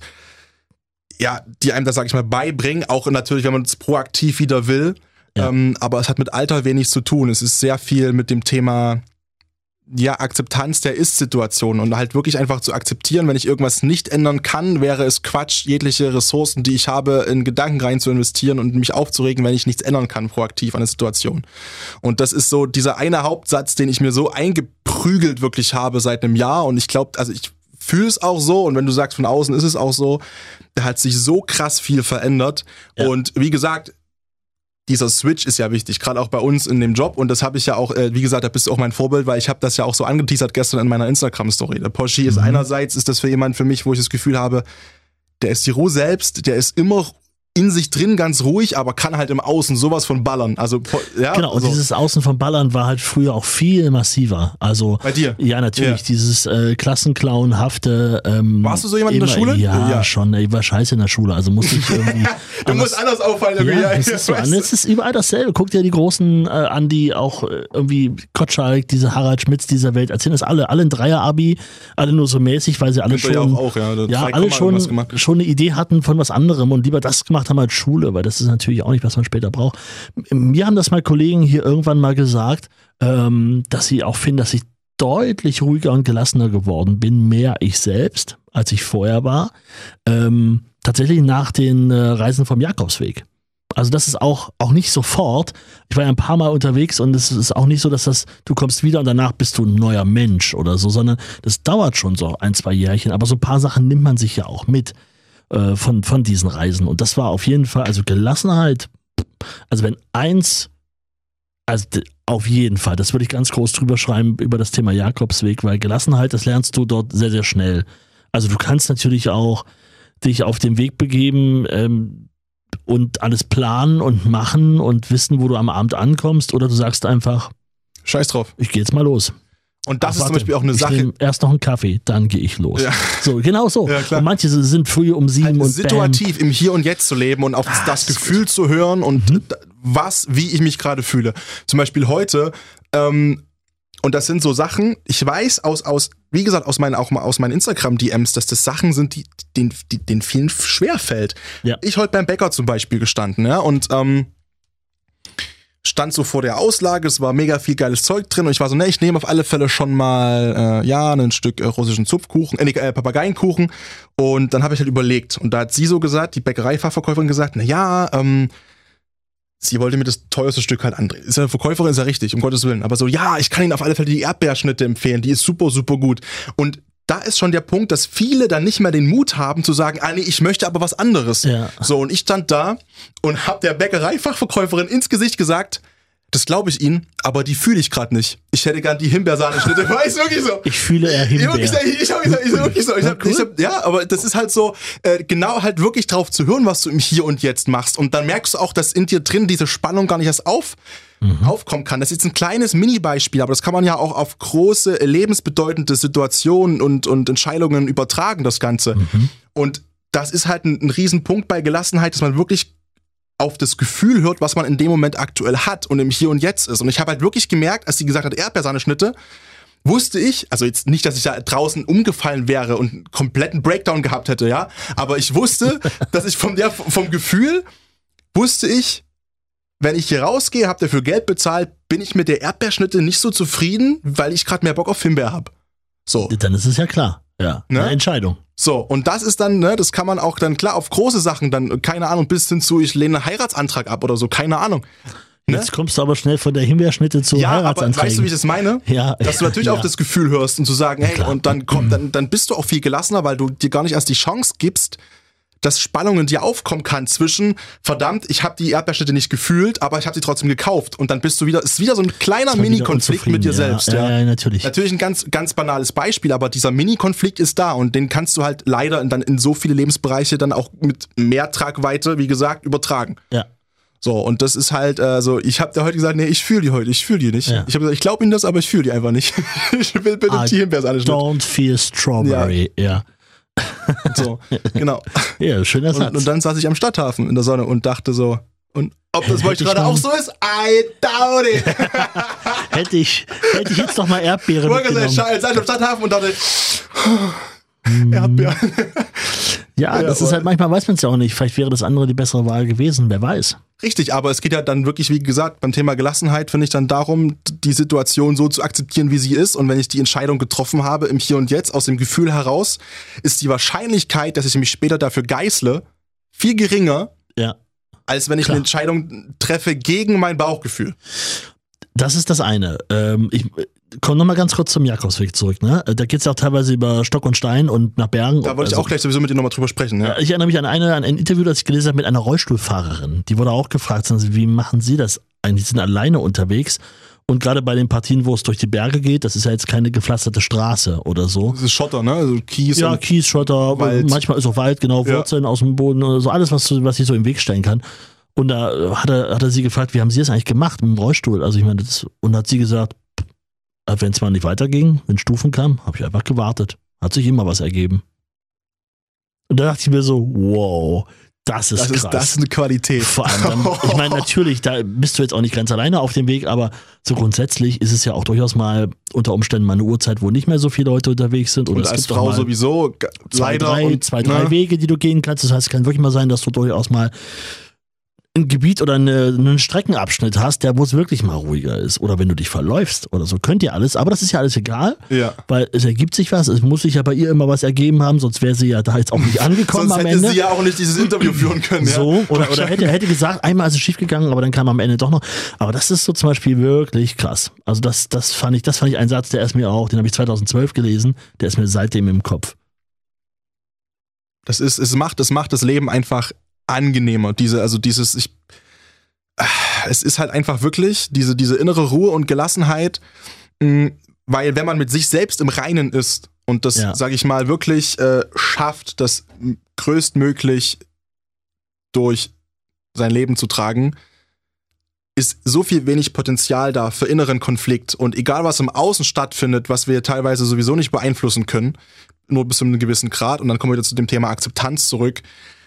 ja, die einem das, sag ich mal, beibringen. Auch natürlich, wenn man es proaktiv wieder will. Ja. Aber es hat mit Alter wenig zu tun. Es ist sehr viel mit dem Thema, ja, Akzeptanz der Ist-Situation und halt wirklich einfach zu akzeptieren, wenn ich irgendwas nicht ändern kann, wäre es Quatsch, jegliche Ressourcen, die ich habe, in Gedanken rein zu investieren und mich aufzuregen, wenn ich nichts ändern kann, proaktiv an der Situation. Und das ist so dieser eine Hauptsatz, den ich mir so eingeprügelt wirklich habe seit einem Jahr und ich glaube, also ich fühle es auch so und wenn du sagst, von außen ist es auch so, da hat sich so krass viel verändert und wie gesagt, dieser Switch ist ja wichtig, gerade auch bei uns in dem Job und das habe ich ja auch, wie gesagt, da bist du auch mein Vorbild, weil ich habe das ja auch so angeteasert gestern in meiner Instagram-Story. Der Poschi ist einerseits, ist das für jemanden für mich, wo ich das Gefühl habe, der ist die Ruhe selbst, der ist immer in sich drin ganz ruhig, aber kann halt im Außen sowas von ballern. Also, ja, genau, und dieses Außen von Ballern war halt früher auch viel massiver. Also, bei dir? Ja, natürlich, dieses Klassenclownhafte. Warst du so jemand in der Schule? Ja, schon. Ich war scheiße in der Schule, also musste ich irgendwie. Du musst anders auffallen. Ja, es ist so, es ist überall dasselbe. Guck dir die Großen an, die auch irgendwie Gottschalk, diese Harald Schmitz dieser Welt erzählen das alle ein Dreier-Abi, alle nur so mäßig, weil sie alle schon, alle schon eine Idee hatten von was anderem und lieber das gemacht haben als Schule, weil das ist natürlich auch nicht, was man später braucht. Mir haben das mal Kollegen hier irgendwann mal gesagt, dass sie auch finden, dass ich deutlich ruhiger und gelassener geworden bin, mehr ich selbst, als ich vorher war. Tatsächlich nach den Reisen vom Jakobsweg. Also das ist auch nicht sofort. Ich war ja ein paar Mal unterwegs und es ist auch nicht so, dass du kommst wieder und danach bist du ein neuer Mensch oder so, sondern das dauert schon so 1-2 Jährchen. Aber so ein paar Sachen nimmt man sich ja auch mit von diesen Reisen. Und das war auf jeden Fall, also Gelassenheit, also wenn eins, also auf jeden Fall, das würde ich ganz groß drüber schreiben über das Thema Jakobsweg, weil Gelassenheit, das lernst du dort sehr, sehr schnell. Also du kannst natürlich auch dich auf den Weg begeben und alles planen und machen und wissen, wo du am Abend ankommst, oder du sagst einfach, scheiß drauf, ich gehe jetzt mal los. Und das ist zum Beispiel auch eine Sache. Ich nehme erst noch einen Kaffee, dann gehe ich los. Ja. So, genau so. Ja, klar. Und manche sind früh um 7 halt und situativ im Hier und Jetzt zu leben und auf das Gefühl gut zu hören und wie ich mich gerade fühle. Zum Beispiel heute, und das sind so Sachen, ich weiß wie gesagt, aus meinen Instagram-DMs, dass das Sachen sind, die denen vielen schwerfällt. Ja. Ich heute beim Bäcker zum Beispiel gestanden, ja, und stand so vor der Auslage, es war mega viel geiles Zeug drin und ich war so, ich nehme auf alle Fälle schon mal ein Stück russischen Zupfkuchen, Papageienkuchen, und dann habe ich halt überlegt und da hat sie so gesagt, die Bäckereifachverkäuferin gesagt, sie wollte mir das teuerste Stück halt andrehen. Ist ja eine Verkäuferin, ist ja richtig, um Gottes Willen, aber so, ja, ich kann Ihnen auf alle Fälle die Erdbeerschnitte empfehlen, die ist super, super gut. Und da ist schon der Punkt, dass viele dann nicht mehr den Mut haben zu sagen, ich möchte aber was anderes. Ja. So, und ich stand da und hab der Bäckereifachverkäuferin ins Gesicht gesagt, das glaube ich Ihnen, aber die fühle ich gerade nicht. Ich hätte gern die Himbeersahneschnitte. War ich wirklich so? Ich fühle eher Himbeer. Ja, aber das ist halt so, genau halt wirklich drauf zu hören, was du im Hier und Jetzt machst. Und dann merkst du auch, dass in dir drin diese Spannung gar nicht erst aufkommen kann. Das ist jetzt ein kleines Mini-Beispiel, aber das kann man ja auch auf große, lebensbedeutende Situationen und Entscheidungen übertragen, das Ganze. Und das ist halt ein Riesenpunkt bei Gelassenheit, dass man wirklich auf das Gefühl hört, was man in dem Moment aktuell hat und im Hier und Jetzt ist. Und ich habe halt wirklich gemerkt, als sie gesagt hat, Erdbeersahneschnitte, wusste ich, also jetzt nicht, dass ich da draußen umgefallen wäre und einen kompletten Breakdown gehabt hätte, ja, aber ich wusste, dass ich vom Gefühl, wusste ich, wenn ich hier rausgehe, hab dafür Geld bezahlt, bin ich mit der Erdbeerschnitte nicht so zufrieden, weil ich gerade mehr Bock auf Himbeer habe. So. Dann ist es ja klar, ja, eine Entscheidung. So, und das ist dann, ne, das kann man auch dann klar auf große Sachen dann, keine Ahnung, bis hin zu, ich lehne einen Heiratsantrag ab oder so, keine Ahnung. Ne? Jetzt kommst du aber schnell von der Himbeerschnitte zu Heiratsanträgen. Aber weißt du, wie ich das meine? Ja. Dass du natürlich auch das Gefühl hörst und zu sagen, hey, klar. und dann bist du auch viel gelassener, weil du dir gar nicht erst die Chance gibst, dass Spannung in dir aufkommen kann zwischen, verdammt, ich habe die Erdbeerschnitte nicht gefühlt, aber ich habe sie trotzdem gekauft. Und dann bist du wieder, ist wieder so ein kleiner Mini-Konflikt mit dir selbst. Ja, natürlich. Natürlich ein ganz, ganz banales Beispiel, aber dieser Mini-Konflikt ist da und den kannst du halt leider dann in so viele Lebensbereiche dann auch mit mehr Tragweite, wie gesagt, übertragen. Ja. So, und das ist halt, ich habe da heute gesagt, nee, ich fühle die heute, ich fühle die nicht. Ja. Ich habe gesagt, ich glaube ihnen das, aber ich fühle die einfach nicht. Ich will bitte die Himbeerschnitte. Don't feel strawberry, ja. So, genau. Ja, schöner Satz. Und dann saß ich am Stadthafen in der Sonne und dachte so, und ob das bei euch gerade auch so ist? I doubt it. hätte ich jetzt noch mal Erdbeeren mitgenommen. Ich saß am Stadthafen und dachte, Erdbeeren. Ja, das ist halt, manchmal weiß man es ja auch nicht. Vielleicht wäre das andere die bessere Wahl gewesen, wer weiß. Richtig, aber es geht ja dann wirklich, wie gesagt, beim Thema Gelassenheit finde ich dann darum, die Situation so zu akzeptieren, wie sie ist. Und wenn ich die Entscheidung getroffen habe, im Hier und Jetzt, aus dem Gefühl heraus, ist die Wahrscheinlichkeit, dass ich mich später dafür geißle, viel geringer, als wenn ich eine Entscheidung treffe gegen mein Bauchgefühl. Das ist das eine. Ich komme nochmal ganz kurz zum Jakobsweg zurück. Ne? Da geht es ja auch teilweise über Stock und Stein und nach Bergen. Da wollte ich auch gleich sowieso mit dir nochmal drüber sprechen. Ja. Ich erinnere mich an ein Interview, das ich gelesen habe mit einer Rollstuhlfahrerin. Die wurde auch gefragt, wie machen Sie das eigentlich? Sie sind alleine unterwegs. Und gerade bei den Partien, wo es durch die Berge geht, das ist ja jetzt keine gepflasterte Straße oder so. Das ist Schotter, ne? Also Kies. Ja, Kies, Schotter, Wald. Manchmal ist auch Wald, genau, Wurzeln aus dem Boden oder so, alles, was sich so im Weg stellen kann. Und da hat er sie gefragt, wie haben Sie das eigentlich gemacht mit dem Rollstuhl? Also ich meine, und da hat sie gesagt, wenn es mal nicht weiterging, wenn Stufen kamen, habe ich einfach gewartet. Hat sich immer was ergeben. Und da dachte ich mir so, wow, das ist krass. Das ist eine Qualität. Vor allem dann, ich meine, natürlich, da bist du jetzt auch nicht ganz alleine auf dem Weg, aber so grundsätzlich ist es ja auch durchaus mal unter Umständen mal eine Uhrzeit, wo nicht mehr so viele Leute unterwegs sind. Oder und es als gibt Frau sowieso zwei, drei Wege, die du gehen kannst. Das heißt, es kann wirklich mal sein, dass du durchaus mal ein Gebiet oder einen Streckenabschnitt hast, der wo es wirklich mal ruhiger ist. Oder wenn du dich verläufst oder so, könnt ihr alles. Aber das ist ja alles egal, weil es ergibt sich was. Es muss sich ja bei ihr immer was ergeben haben, sonst wäre sie ja da jetzt auch nicht angekommen am Ende. Sonst hätte sie ja auch nicht dieses Interview führen können. So, oder hätte gesagt, einmal ist es schief gegangen, aber dann kam am Ende doch noch. Aber das ist so zum Beispiel wirklich krass. Also das fand ich ein Satz, der ist mir auch, den habe ich 2012 gelesen, der ist mir seitdem im Kopf. Es macht das Leben einfach angenehmer. Es ist halt einfach wirklich diese innere Ruhe und Gelassenheit, weil wenn man mit sich selbst im Reinen ist und das, sage ich mal, wirklich schafft, das größtmöglich durch sein Leben zu tragen, ist so viel wenig Potenzial da für inneren Konflikt. Und egal, was im Außen stattfindet, was wir teilweise sowieso nicht beeinflussen können, nur bis zu einem gewissen Grad, und dann kommen wir wieder zu dem Thema Akzeptanz zurück.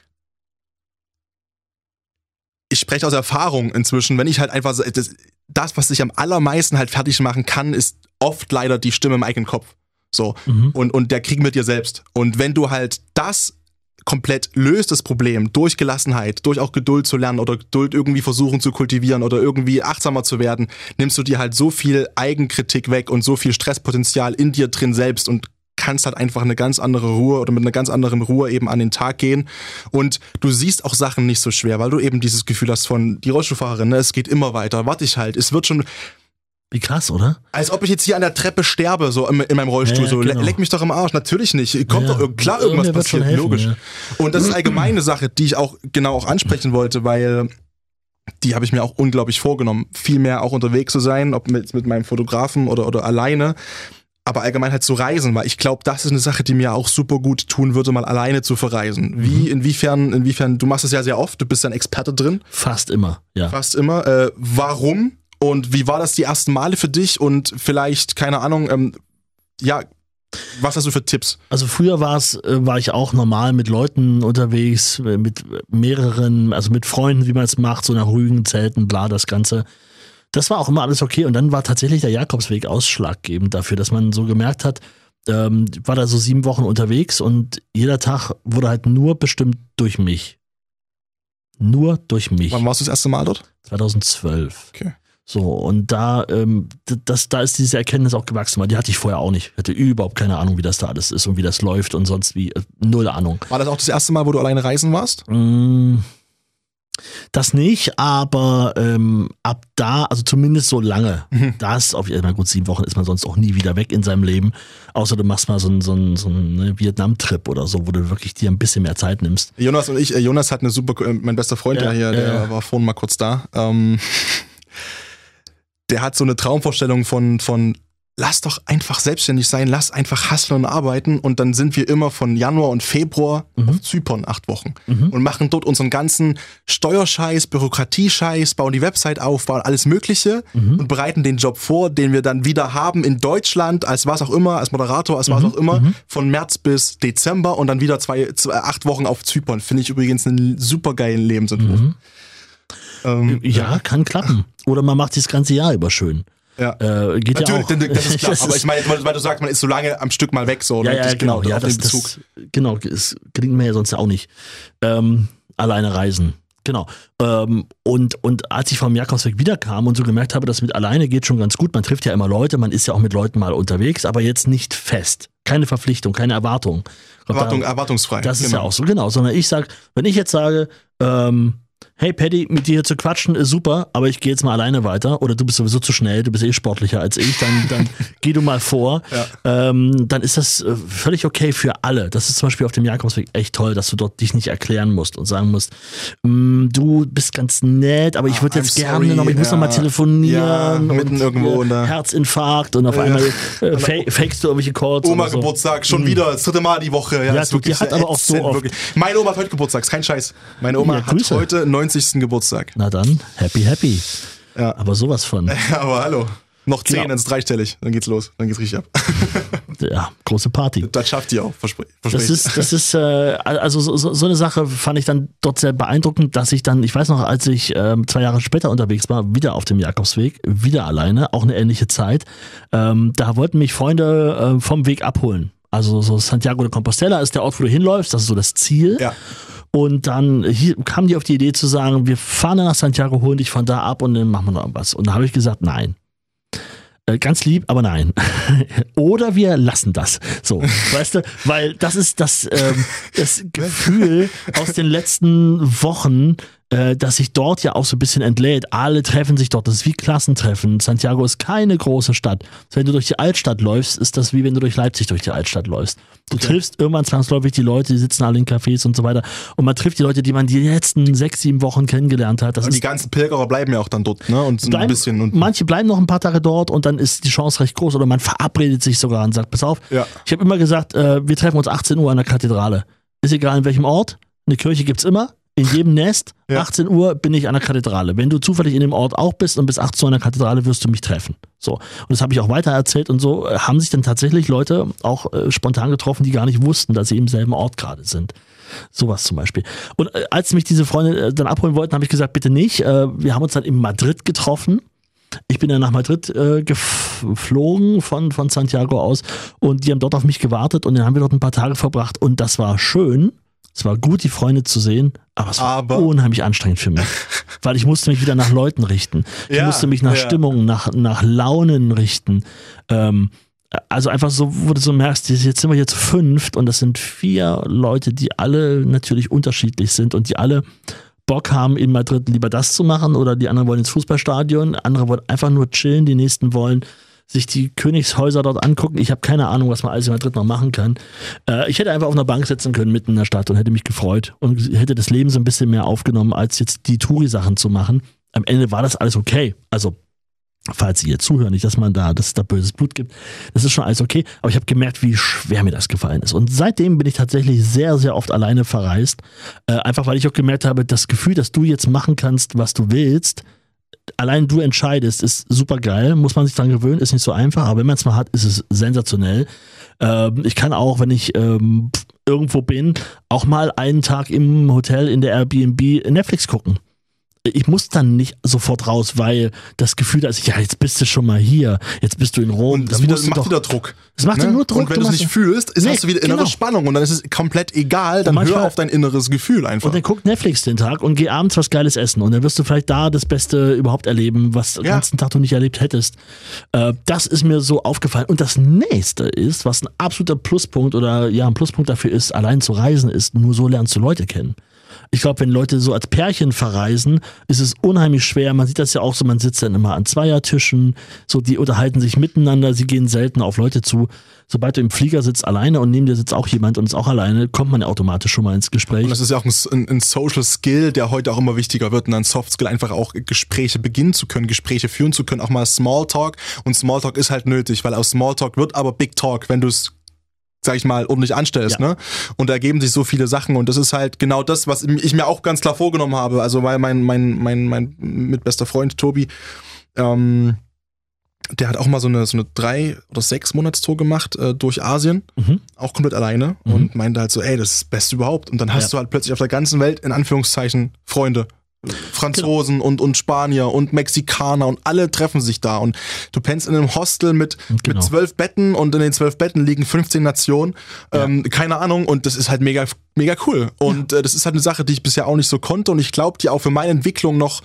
Ich spreche aus Erfahrung inzwischen, wenn ich halt einfach, das, was sich am allermeisten halt fertig machen kann, ist oft leider die Stimme im eigenen Kopf. So. Und der Krieg mit dir selbst. Und wenn du halt das komplett löst, das Problem, durch Gelassenheit, durch auch Geduld zu lernen oder Geduld irgendwie versuchen zu kultivieren oder irgendwie achtsamer zu werden, nimmst du dir halt so viel Eigenkritik weg und so viel Stresspotenzial in dir drin selbst und kannst halt einfach eine ganz andere Ruhe oder mit einer ganz anderen Ruhe eben an den Tag gehen. Und du siehst auch Sachen nicht so schwer, weil du eben dieses Gefühl hast von, die Rollstuhlfahrerin, ne, es geht immer weiter, warte ich halt, es wird schon... Wie krass, oder? Als ob ich jetzt hier an der Treppe sterbe, so in meinem Rollstuhl. Ja, so genau. Leck mich doch im Arsch. Natürlich nicht. Kommt doch klar, irgendwas passiert. Helfen, logisch. Ja. Und das ist allgemein eine Sache, die ich auch genau ansprechen wollte, weil die habe ich mir auch unglaublich vorgenommen. Viel mehr auch unterwegs zu sein, ob mit meinem Fotografen oder alleine. Aber allgemein halt zu reisen, weil ich glaube, das ist eine Sache, die mir auch super gut tun würde, mal alleine zu verreisen. Inwiefern, du machst es ja sehr oft, du bist ja ein Experte drin. Fast immer, ja. Fast immer. Warum? Und wie war das die ersten Male für dich? Und vielleicht, keine Ahnung, was hast du für Tipps? Also früher war ich auch normal mit Leuten unterwegs, mit mehreren, also mit Freunden, wie man es macht, so nach Rügen, Zelten, bla, das Ganze. Das war auch immer alles okay. Und dann war tatsächlich der Jakobsweg ausschlaggebend dafür, dass man so gemerkt hat, war da so 7 Wochen unterwegs und jeder Tag wurde halt nur bestimmt durch mich. Nur durch mich. Wann warst du das erste Mal dort? 2012. Okay. So, und da ist diese Erkenntnis auch gewachsen, weil die hatte ich vorher auch nicht. Ich hatte überhaupt keine Ahnung, wie das da alles ist und wie das läuft und sonst wie. Null Ahnung. War das auch das erste Mal, wo du alleine reisen warst? Das nicht, aber ab da, also zumindest so lange, das auf jeden Fall, gut, 7 Wochen ist man sonst auch nie wieder weg in seinem Leben, außer du machst mal so einen Vietnam-Trip oder so, wo du wirklich dir ein bisschen mehr Zeit nimmst. Jonas hat eine super, mein bester Freund, der war vorhin mal kurz da, der hat so eine Traumvorstellung von lass doch einfach selbstständig sein, lass einfach hustlen und arbeiten und dann sind wir immer von Januar und Februar auf Zypern 8 Wochen und machen dort unseren ganzen Steuerscheiß, Bürokratiescheiß, bauen die Website auf, bauen alles Mögliche und bereiten den Job vor, den wir dann wieder haben in Deutschland, als was auch immer, als Moderator, als was auch immer, von März bis Dezember und dann wieder 8 Wochen auf Zypern. Finde ich übrigens einen super geilen Lebensentwurf. Ja, kann klappen. Oder man macht das ganze Jahr über schön. Ja. Geht natürlich, ja auch. das ist klar. Aber ich meine, weil du sagst, man ist so lange am Stück mal weg. So, ja, genau. Ja, auf den Bezug. Genau, es gelingt mir ja sonst auch nicht. Alleine reisen. Genau. Und als ich vom Jakobsweg wiederkam und so gemerkt habe, dass mit alleine geht schon ganz gut. Man trifft ja immer Leute, man ist ja auch mit Leuten mal unterwegs, aber jetzt nicht fest. Keine Verpflichtung, keine Erwartung. Erwartungsfrei. Das ist ja auch so, genau. Sondern wenn ich jetzt sage, hey Paddy, mit dir hier zu quatschen ist super, aber ich gehe jetzt mal alleine weiter oder du bist sowieso zu schnell, du bist eh sportlicher als ich, dann geh du mal vor. Ja. Dann ist das völlig okay für alle. Das ist zum Beispiel auf dem Jakobsweg echt toll, dass du dort dich nicht erklären musst und sagen musst, du bist ganz nett, aber ich würde jetzt gerne noch, ich muss noch mal telefonieren mitten irgendwo Herzinfarkt und auf einmal fakest du irgendwelche Calls. Oma Geburtstag, schon wieder, das 3. Mal die Woche. Ja, die hat aber auch so oft. Wirklich. Meine Oma hat heute Geburtstag, ist kein Scheiß. Meine Oma hat heute 90. Geburtstag. Na dann, happy. Ja. Aber sowas von. Ja, aber hallo. Noch 10, dann ist es dreistellig. Dann geht's los. Dann geht's richtig ab. Ja, große Party. Das schafft die auch, verspreche Das ist also so eine Sache fand ich dann dort sehr beeindruckend, dass ich dann, ich weiß noch, als ich 2 Jahre später unterwegs war, wieder auf dem Jakobsweg, wieder alleine, auch eine ähnliche Zeit, da wollten mich Freunde vom Weg abholen. Also so Santiago de Compostela ist der Ort, wo du hinläufst, das ist so das Ziel. Ja. Und dann kamen die auf die Idee zu sagen, wir fahren dann nach Santiago, holen dich von da ab und dann machen wir noch was. Und da habe ich gesagt, nein. Ganz lieb, aber nein. Oder wir lassen das. So, weißt du, weil das ist das Gefühl aus den letzten Wochen, dass sich dort ja auch so ein bisschen entlädt. Alle treffen sich dort, das ist wie Klassentreffen. Santiago ist keine große Stadt. Wenn du durch die Altstadt läufst, ist das wie wenn du durch Leipzig durch die Altstadt läufst. Du triffst irgendwann zwangsläufig die Leute, die sitzen alle in Cafés und so weiter. Und man trifft die Leute, die man die letzten 6, 7 Wochen kennengelernt hat. Und die ganzen Pilgerer bleiben ja auch dann dort, ne? Und sind ein bisschen. Und manche bleiben noch ein paar Tage dort und dann ist die Chance recht groß. Oder man verabredet sich sogar und sagt, pass auf, ich habe immer gesagt, wir treffen uns 18 Uhr an der Kathedrale. Ist egal in welchem Ort, eine Kirche gibt's immer. In jedem Nest, 18 Uhr bin ich an der Kathedrale. Wenn du zufällig in dem Ort auch bist und bis 18 Uhr an der Kathedrale, wirst du mich treffen. So. Und das habe ich auch weiter erzählt und so haben sich dann tatsächlich Leute auch spontan getroffen, die gar nicht wussten, dass sie im selben Ort gerade sind. Sowas zum Beispiel. Und als mich diese Freunde dann abholen wollten, habe ich gesagt, bitte nicht. Wir haben uns dann in Madrid getroffen. Ich bin dann nach Madrid geflogen von Santiago aus und die haben dort auf mich gewartet und dann haben wir dort ein paar Tage verbracht und das war schön. Es war gut, die Freunde zu sehen, aber es war unheimlich anstrengend für mich, weil ich musste mich wieder nach Leuten richten. Ich musste mich nach Stimmungen, nach Launen richten. Also einfach so, wo du so merkst, jetzt sind wir jetzt 5 und das sind 4 Leute, die alle natürlich unterschiedlich sind und die alle Bock haben, in Madrid lieber das zu machen oder die anderen wollen ins Fußballstadion, andere wollen einfach nur chillen, die nächsten wollen sich die Königshäuser dort angucken. Ich habe keine Ahnung, was man alles in Madrid noch machen kann. Ich hätte einfach auf einer Bank sitzen können mitten in der Stadt und hätte mich gefreut und hätte das Leben so ein bisschen mehr aufgenommen, als jetzt die Touri-Sachen zu machen. Am Ende war das alles okay. Also, falls Sie jetzt zuhören, nicht, dass es da böses Blut gibt. Das ist schon alles okay. Aber ich habe gemerkt, wie schwer mir das gefallen ist. Und seitdem bin ich tatsächlich sehr, sehr oft alleine verreist. Einfach, weil ich auch gemerkt habe, das Gefühl, dass du jetzt machen kannst, was du willst, allein du entscheidest, ist super geil, muss man sich dran gewöhnen, ist nicht so einfach, aber wenn man es mal hat, ist es sensationell. Ich kann auch, wenn ich irgendwo bin, auch mal einen Tag im Hotel in der Airbnb Netflix gucken. ich muss dann nicht sofort raus, weil das Gefühl da ist, ja, jetzt bist du schon mal hier, jetzt bist du in Rom. Und das macht wieder Druck. Es macht dir nur Druck. Und wenn du es nicht fühlst, hast du wieder innere Spannung und dann ist es komplett egal, dann hör auf dein inneres Gefühl einfach. Und dann guck Netflix den Tag und geh abends was Geiles essen und dann wirst du vielleicht da das Beste überhaupt erleben, was den ganzen Tag du nicht erlebt hättest. Das ist mir so aufgefallen. Und das nächste ist, was ein absoluter Pluspunkt oder ja, ein Pluspunkt dafür ist, allein zu reisen, ist, nur so lernst du Leute kennen. Ich glaube, wenn Leute so als Pärchen verreisen, ist es unheimlich schwer. Man sieht das ja auch so, man sitzt dann immer an Zweiertischen, so die unterhalten sich miteinander, sie gehen selten auf Leute zu. Sobald du im Flieger sitzt alleine und neben dir sitzt auch jemand und ist auch alleine, kommt man ja automatisch schon mal ins Gespräch. Und das ist ja auch ein Social Skill, der heute auch immer wichtiger wird und ein Soft Skill, einfach auch Gespräche beginnen zu können, Gespräche führen zu können, auch mal Smalltalk. Und Smalltalk ist halt nötig, weil aus Smalltalk wird aber Big Talk, wenn du es, sag ich mal, ordentlich anstellst, ne? Und da ergeben sich so viele Sachen und das ist halt genau das, was ich mir auch ganz klar vorgenommen habe. Also weil mein mitbester Freund Tobi, der hat auch mal so eine 3 oder 6 Monatstour gemacht durch Asien, auch komplett alleine und meinte halt so, ey, das ist das Beste überhaupt. Und dann hast du halt plötzlich auf der ganzen Welt in Anführungszeichen Freunde. Franzosen und Spanier und Mexikaner und alle treffen sich da und du pennst in einem Hostel mit 12 Betten und in den 12 Betten liegen 15 Nationen, keine Ahnung, und das ist halt mega, mega cool und das ist halt eine Sache, die ich bisher auch nicht so konnte und ich glaube, die auch für meine Entwicklung noch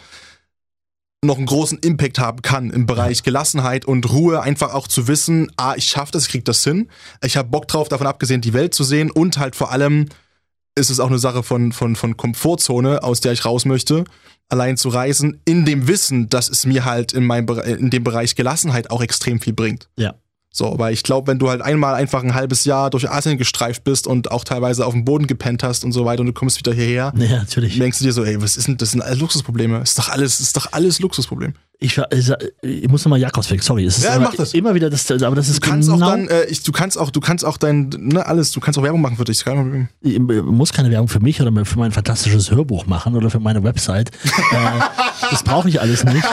einen großen Impact haben kann im Bereich Gelassenheit und Ruhe, einfach auch zu wissen, ich schaffe das, ich krieg das hin, ich habe Bock drauf, davon abgesehen, die Welt zu sehen und halt vor allem ist es auch eine Sache von Komfortzone, aus der ich raus möchte, allein zu reisen, in dem Wissen, dass es mir halt in dem Bereich Gelassenheit auch extrem viel bringt. Ja. So, weil ich glaube, wenn du halt einmal einfach ein halbes Jahr durch Asien gestreift bist und auch teilweise auf dem Boden gepennt hast und so weiter und du kommst wieder hierher, natürlich. Denkst du dir so, ey, was ist denn, das sind alles Luxusprobleme. Ist doch alles Luxusproblem. Ich muss nochmal Jakobsweg, sorry. Es ist mach das. Immer wieder das, aber das ist du kannst auch Werbung machen für dich, kein Problem. Ich muss keine Werbung für mich oder für mein fantastisches Hörbuch machen oder für meine Website. Das brauche ich alles nicht.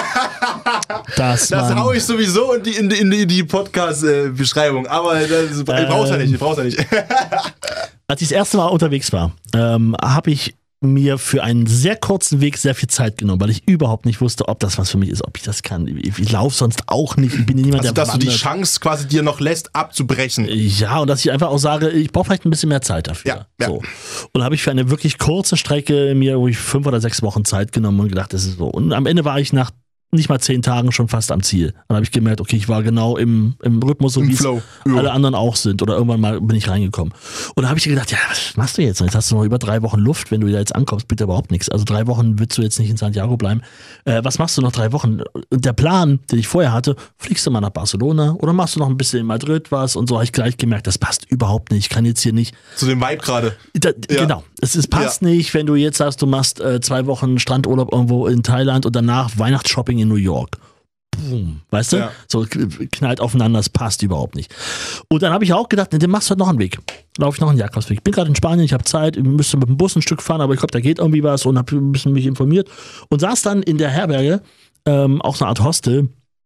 Das hau ich sowieso in die Podcast-Beschreibung, aber das brauchst du nicht. Als ich das erste Mal unterwegs war, habe ich mir für einen sehr kurzen Weg sehr viel Zeit genommen, weil ich überhaupt nicht wusste, ob das was für mich ist, ob ich das kann. Ich laufe sonst auch nicht. Ich bin niemand, der dass du die Chance quasi dir noch lässt, abzubrechen. Ja, und dass ich einfach auch sage, ich brauche vielleicht ein bisschen mehr Zeit dafür. Ja. So. Und dann habe ich für eine wirklich kurze Strecke mir ruhig 5 oder 6 Wochen Zeit genommen und gedacht, das ist so. Und am Ende war ich nach nicht mal 10 Tagen schon fast am Ziel. Dann habe ich gemerkt, okay, ich war genau im Rhythmus, so wie es alle anderen auch sind. Oder irgendwann mal bin ich reingekommen. Und da habe ich gedacht, ja, was machst du jetzt? Jetzt hast du noch über 3 Wochen Luft, wenn du da jetzt ankommst, bitte überhaupt nichts. Also 3 Wochen willst du jetzt nicht in Santiago bleiben. Was machst du noch 3 Wochen? Und der Plan, den ich vorher hatte, fliegst du mal nach Barcelona oder machst du noch ein bisschen in Madrid was? Und so habe ich gleich gemerkt, das passt überhaupt nicht. Ich kann jetzt hier nicht. Zu dem Vibe gerade. Genau. Es passt nicht, wenn du jetzt sagst, du machst 2 Wochen Strandurlaub irgendwo in Thailand und danach Weihnachtsshopping in New York. Boom. Weißt du? Ja. So knallt aufeinander, das passt überhaupt nicht. Und dann habe ich auch gedacht, dann machst du halt noch einen Weg. Laufe ich noch einen Jakobsweg. Ich bin gerade in Spanien, ich habe Zeit, ich müsste mit dem Bus ein Stück fahren, aber ich glaube, da geht irgendwie was und habe ein bisschen mich informiert und saß dann in der Herberge, auch so eine Art Hostel,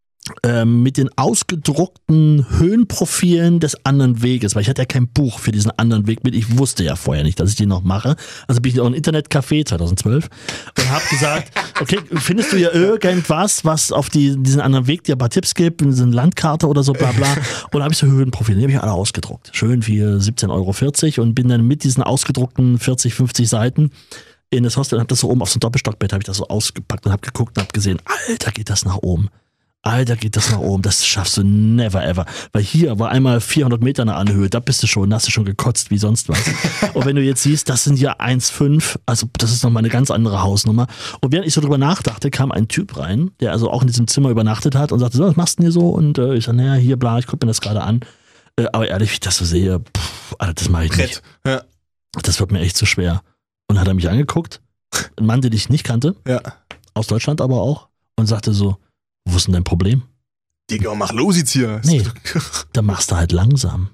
mit den ausgedruckten Höhenprofilen des anderen Weges, weil ich hatte ja kein Buch für diesen anderen Weg mit. Ich wusste ja vorher nicht, dass ich den noch mache. Also bin ich in ein Internetcafé 2012 und habe gesagt, okay, findest du ja irgendwas, was auf diesen anderen Weg dir ein paar Tipps gibt, so eine Landkarte oder so, bla bla. Und da habe ich so Höhenprofile, die habe ich alle ausgedruckt. Schön für 17,40 € und bin dann mit diesen ausgedruckten 40, 50 Seiten in das Hostel und habe das so oben auf so ein Doppelstockbett, habe ich das so ausgepackt und habe geguckt und habe gesehen, Alter, geht das nach oben. Alter, geht das nach oben, das schaffst du never ever. Weil hier war einmal 400 Meter eine Anhöhe, da hast du schon gekotzt wie sonst was. Und wenn du jetzt siehst, das sind ja 1,5, also das ist nochmal eine ganz andere Hausnummer. Und während ich so drüber nachdachte, kam ein Typ rein, der also auch in diesem Zimmer übernachtet hat und sagte, so, was machst du denn hier so? Und ich sag, naja, hier, bla, ich gucke mir das gerade an. Aber ehrlich, wie ich das so sehe, Alter, das mache ich nicht. Ja. Das wird mir echt zu schwer. Und dann hat er mich angeguckt, ein Mann, den ich nicht kannte, aus Deutschland aber auch, und sagte so, wo ist denn dein Problem? Digga, mach los jetzt hier. Nee, dann machst du halt langsam.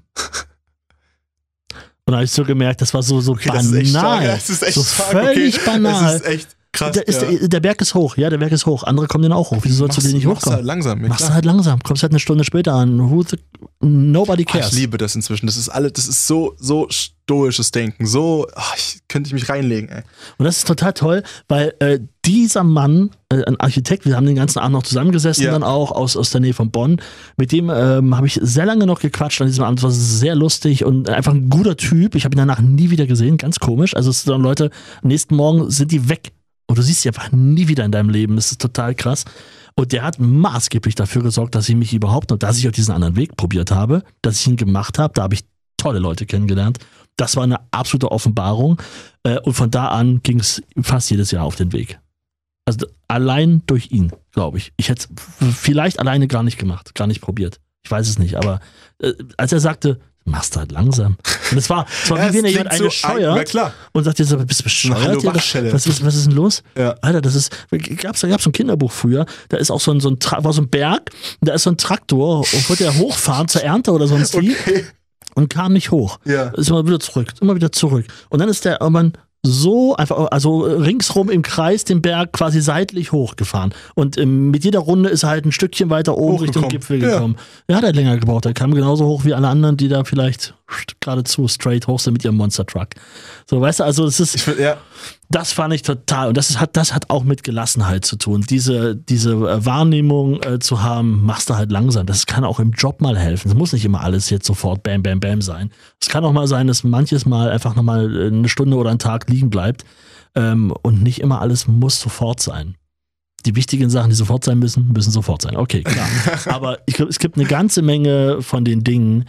Und da habe ich so gemerkt, das war so banal. Das ist echt so völlig banal. Das ist echt. Krass. Der Berg ist hoch, der Berg ist hoch. Andere kommen den auch hoch. Wieso sollst du den nicht hochkommen? Machst halt langsam. Machst du halt langsam. Kommst halt eine Stunde später an. Nobody cares. Ich liebe das inzwischen. Das ist so stoisches Denken. Könnte ich mich reinlegen, ey. Und das ist total toll, weil dieser Mann, ein Architekt, wir haben den ganzen Abend noch zusammengesessen, dann auch aus der Nähe von Bonn. Mit dem habe ich sehr lange noch gequatscht an diesem Abend. Das war sehr lustig und einfach ein guter Typ. Ich habe ihn danach nie wieder gesehen. Ganz komisch. Also es sind dann Leute, am nächsten Morgen sind die weg. Und du siehst sie einfach nie wieder in deinem Leben. Das ist total krass. Und der hat maßgeblich dafür gesorgt, dass ich mich überhaupt, und dass ich auch diesen anderen Weg probiert habe, dass ich ihn gemacht habe. Da habe ich tolle Leute kennengelernt. Das war eine absolute Offenbarung. Und von da an ging es fast jedes Jahr auf den Weg. Also allein durch ihn, glaube ich. Ich hätte es vielleicht alleine gar nicht gemacht, gar nicht probiert. Ich weiß es nicht. Aber als er sagte, machst du halt langsam. Und es war wie wenn jemand eine scheuert und sagt jetzt, bist du bescheuert? Was ist denn los? Ja. Alter, gab's so ein Kinderbuch früher, da ist auch war so ein Berg, da ist so ein Traktor und wollte er hochfahren zur Ernte oder sonst wie und kam nicht hoch. Ja. Ist immer wieder zurück. Und dann ist der irgendwann so einfach, also ringsrum im Kreis den Berg quasi seitlich hochgefahren. Und mit jeder Runde ist er halt ein Stückchen weiter oben Richtung Gipfel gekommen. Ja, der hat länger gebraucht. Der kam genauso hoch wie alle anderen, die da vielleicht geradezu straight hoch sind mit ihrem Monster Truck. So, weißt du, also das fand ich total, und das hat auch mit Gelassenheit zu tun. Diese Wahrnehmung zu haben, machst du halt langsam. Das kann auch im Job mal helfen. Es muss nicht immer alles jetzt sofort bam, bam, bam sein. Es kann auch mal sein, dass manches Mal einfach nochmal eine Stunde oder einen Tag liegen bleibt. Und nicht immer alles muss sofort sein. Die wichtigen Sachen, die sofort sein müssen sofort sein. Okay, klar. Aber ich glaube, es gibt eine ganze Menge von den Dingen,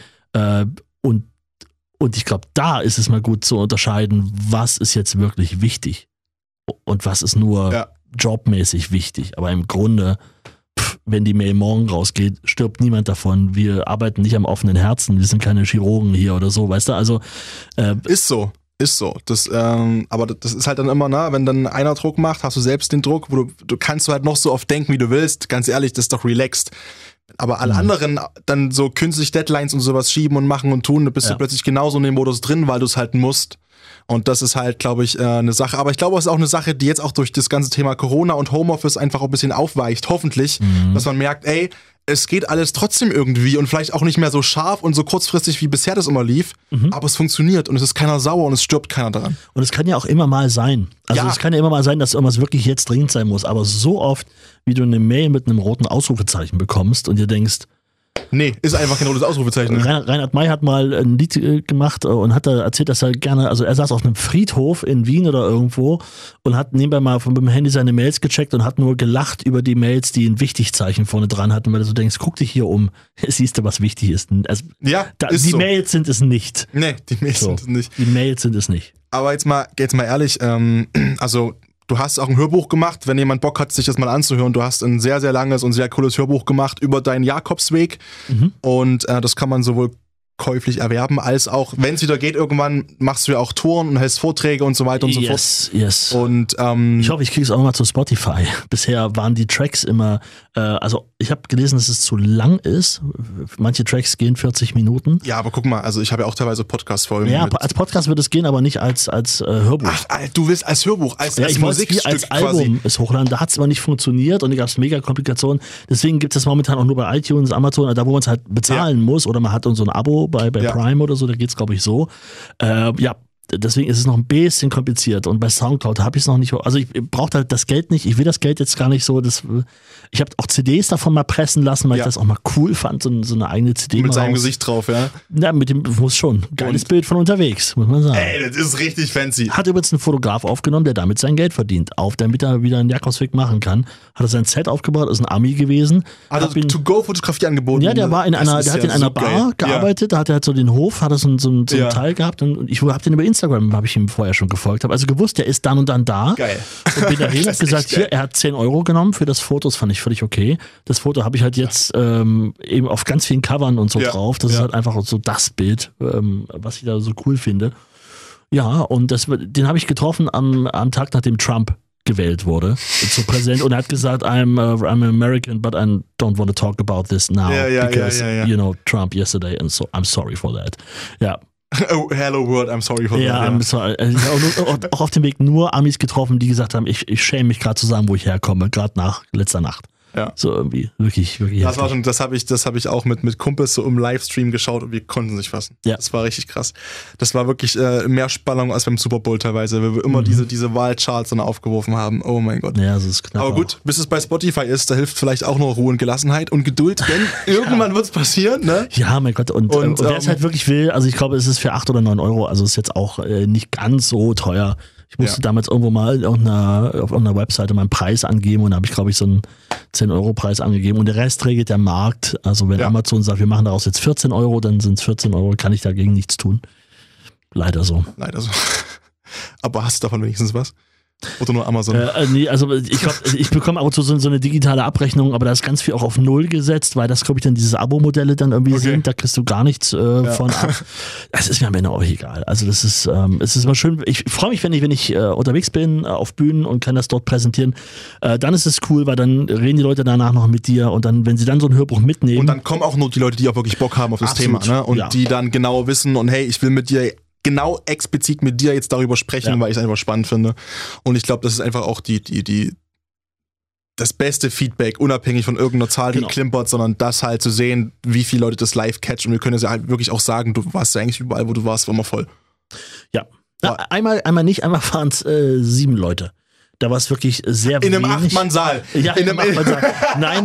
und ich glaube, da ist es mal gut zu unterscheiden, was ist jetzt wirklich wichtig und was ist nur jobmäßig wichtig. Aber im Grunde, wenn die Mail morgen rausgeht, stirbt niemand davon. Wir arbeiten nicht am offenen Herzen, wir sind keine Chirurgen hier oder so, weißt du? Also ist so. Aber das ist halt dann immer, wenn dann einer Druck macht, hast du selbst den Druck, wo du kannst halt noch so oft denken, wie du willst. Ganz ehrlich, das ist doch relaxed. Aber alle anderen dann so künstlich Deadlines und sowas schieben und machen und tun, da bist du plötzlich genauso in dem Modus drin, weil du es halt musst. Und das ist halt, glaube ich, eine Sache. Aber ich glaube, es ist auch eine Sache, die jetzt auch durch das ganze Thema Corona und Homeoffice einfach auch ein bisschen aufweicht. Hoffentlich, dass man merkt, ey, es geht alles trotzdem irgendwie und vielleicht auch nicht mehr so scharf und so kurzfristig, wie bisher das immer lief, aber es funktioniert und es ist keiner sauer und es stirbt keiner daran. Und es kann ja auch immer mal sein. Also es kann ja immer mal sein, dass irgendwas wirklich jetzt dringend sein muss, aber so oft, wie du eine Mail mit einem roten Ausrufezeichen bekommst und dir denkst, nee, ist einfach genau das Ausrufezeichen. Reinhard May hat mal ein Lied gemacht und hat da erzählt, dass er gerne, also er saß auf einem Friedhof in Wien oder irgendwo und hat nebenbei mal mit dem Handy seine Mails gecheckt und hat nur gelacht über die Mails, die ein Wichtigzeichen vorne dran hatten, weil du so denkst, guck dich hier um, siehst du, was wichtig ist. Also, ist die so. Mails sind es nicht. Nee, die Mails sind es nicht. Die Mails sind es nicht. Aber jetzt mal ehrlich, also du hast auch ein Hörbuch gemacht, wenn jemand Bock hat, sich das mal anzuhören. Du hast ein sehr, sehr langes und sehr cooles Hörbuch gemacht über deinen Jakobsweg. Und das kann man sowohl käuflich erwerben, als auch, wenn es wieder geht, irgendwann machst du ja auch Touren und hältst Vorträge und so weiter und so fort. Yes. Und ich hoffe, ich kriege es auch mal zu Spotify. Bisher waren die Tracks immer, also ich habe gelesen, dass es zu lang ist. Manche Tracks gehen 40 Minuten. Ja, aber guck mal, also ich habe ja auch teilweise Podcast-Folgen. Ja, als Podcast wird es gehen, aber nicht als Hörbuch. Ach, du willst als Hörbuch, als Musikstück als Album ist hochladen. Da hat es aber nicht funktioniert und da gab es mega Komplikationen. Deswegen gibt es momentan auch nur bei iTunes, Amazon, da wo man es halt bezahlen muss oder man hat so ein Abo bei Prime oder so, da geht es, glaube ich, so. Deswegen ist es noch ein bisschen kompliziert. Und bei Soundcloud habe ich es noch nicht. Also ich brauche halt das Geld nicht. Ich will das Geld jetzt gar nicht so. Ich habe auch CDs davon mal pressen lassen, weil ich das auch mal cool fand, so eine eigene CD. Mit seinem Gesicht drauf, ja? Ja, mit dem muss schon. Geiles Bild von unterwegs, muss man sagen. Ey, das ist richtig fancy. Hat übrigens einen Fotograf aufgenommen, der damit sein Geld verdient. Damit er wieder einen Jakobsweg machen kann. Hat er sein Set aufgebaut, ist ein Ami gewesen. Hat er To-Go-Fotografie angeboten? Ja, der hat in einer Bar gearbeitet, da hat er halt so den Hof, hat er so einen Teil gehabt und ich habe den über Instagram, habe ich ihm vorher schon gefolgt, habe also gewusst, der ist dann und dann da. Geil. Und bin dahin und gesagt, hier, er hat 10 Euro genommen für das Foto, das fand ich völlig okay. Das Foto habe ich halt jetzt eben auf ganz vielen Covern und so drauf. Das ist halt einfach so das Bild, was ich da so cool finde. Ja, und den habe ich getroffen am Tag, nachdem Trump gewählt wurde zu Präsident, und er hat gesagt, I'm American, but I don't want to talk about this now because you know Trump yesterday and so I'm sorry for that. Ja. Oh, hello world, I'm sorry for that. Ja, sorry. Auch auf dem Weg nur Amis getroffen, die gesagt haben, ich schäme mich gerade zu sagen, wo ich herkomme, gerade nach letzter Nacht. Ja. So irgendwie, wirklich. Das war schon, das habe ich auch mit Kumpels so im Livestream geschaut und wir konnten sich fassen. Ja. Das war richtig krass. Das war wirklich mehr Spannung als beim Super Bowl teilweise, weil wir immer diese Wahlcharts dann aufgeworfen haben. Oh mein Gott. Ja, das ist knapp. Aber gut, bis es bei Spotify ist, da hilft vielleicht auch noch Ruhe und Gelassenheit und Geduld, denn irgendwann wird es passieren, ne? Ja, mein Gott. Und wer es halt wirklich will, also ich glaube, es ist für 8 oder 9 Euro, also ist jetzt auch nicht ganz so teuer. Ich musste damals irgendwo mal auf einer Webseite meinen Preis angeben und da habe ich, glaube ich, so einen 10-Euro-Preis angegeben und der Rest regelt der Markt. Also wenn Amazon sagt, wir machen daraus jetzt 14 Euro, dann sind es 14 Euro, kann ich dagegen nichts tun. Leider so. Aber hast du davon wenigstens was? Oder nur Amazon? Nee, also ich glaube, ich bekomme ab und zu so eine digitale Abrechnung, aber da ist ganz viel auch auf 0 gesetzt, weil das, glaube ich, dann diese Abo-Modelle dann irgendwie sind, da kriegst du gar nichts von ab. Das ist mir am Ende auch egal. Also das ist, es ist immer schön, ich freue mich, wenn ich unterwegs bin auf Bühnen und kann das dort präsentieren, dann ist es cool, weil dann reden die Leute danach noch mit dir und dann, wenn sie dann so ein Hörbuch mitnehmen. Und dann kommen auch nur die Leute, die auch wirklich Bock haben auf das Thema, ne? Und die dann genau wissen und hey, ich will mit dir genau explizit mit dir jetzt darüber sprechen, weil ich es einfach spannend finde. Und ich glaube, das ist einfach auch das beste Feedback, unabhängig von irgendeiner Zahl, die klimpert, sondern das halt zu sehen, wie viele Leute das live catchen. Und wir können es ja halt wirklich auch sagen, du warst ja eigentlich überall, wo du warst, war immer voll. Ja. Einmal nicht, einmal waren es 7 Leute. Da war es wirklich sehr wenig. In einem 8-Mann-Saal. Ja, in einem 8-Mann-Saal. Nein,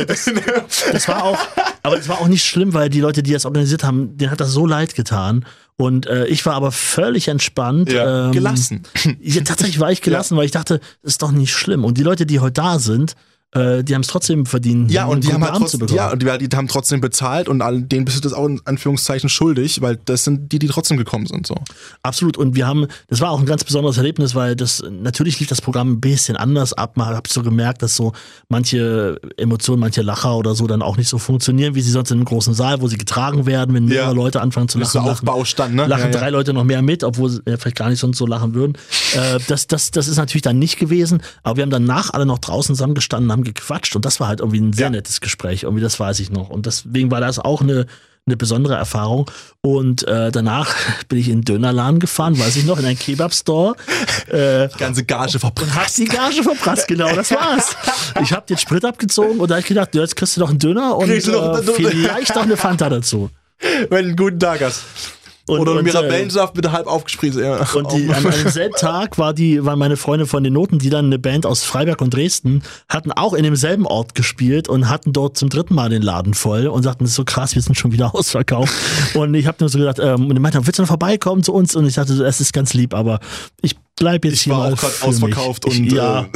das war auch nicht schlimm, weil die Leute, die das organisiert haben, denen hat das so leid getan. Und ich war aber völlig entspannt. Ja, gelassen. Ja, tatsächlich war ich gelassen, weil ich dachte, das ist doch nicht schlimm. Und die Leute, die heute da sind, die haben es trotzdem verdient. Ja, und die haben halt die haben trotzdem bezahlt und denen bist du das auch in Anführungszeichen schuldig, weil das sind die trotzdem gekommen sind. So. Absolut. Und das war auch ein ganz besonderes Erlebnis, weil natürlich lief das Programm ein bisschen anders ab. Man hat so gemerkt, dass so manche Emotionen, manche Lacher oder so dann auch nicht so funktionieren, wie sie sonst in einem großen Saal, wo sie getragen werden, wenn mehrere Leute anfangen zu lachen. Aufbaustand, ne? Lachen 3 Leute noch mehr mit, obwohl sie vielleicht gar nicht sonst so lachen würden. Das ist natürlich dann nicht gewesen, aber wir haben danach alle noch draußen zusammengestanden, haben gequatscht und das war halt irgendwie ein sehr nettes Gespräch, irgendwie das weiß ich noch und deswegen war das auch eine besondere Erfahrung und danach bin ich in den Dönerladen gefahren, weiß ich noch, in einen Kebab-Store. Die ganze Gage verprasst. Und hast die Gage verprasst, genau, das war's. Ich habe den Sprit abgezogen und da habe ich gedacht, jetzt kriegst du noch einen Döner und vielleicht noch eine Fanta dazu. Wenn du einen guten Tag hast. Oder Mirabellensaft bitte halb aufgespritzt. Ja. Und an demselben Tag waren meine Freunde von den Noten, die dann eine Band aus Freiberg und Dresden hatten, auch in demselben Ort gespielt und hatten dort zum 3. Mal den Laden voll und sagten, das ist so krass, wir sind schon wieder ausverkauft. Und ich habe nur so gedacht, und die meinten, willst du noch vorbeikommen zu uns? Und ich dachte, es ist ganz lieb, aber ich bleib jetzt hier mal. Ich war auch gerade ausverkauft und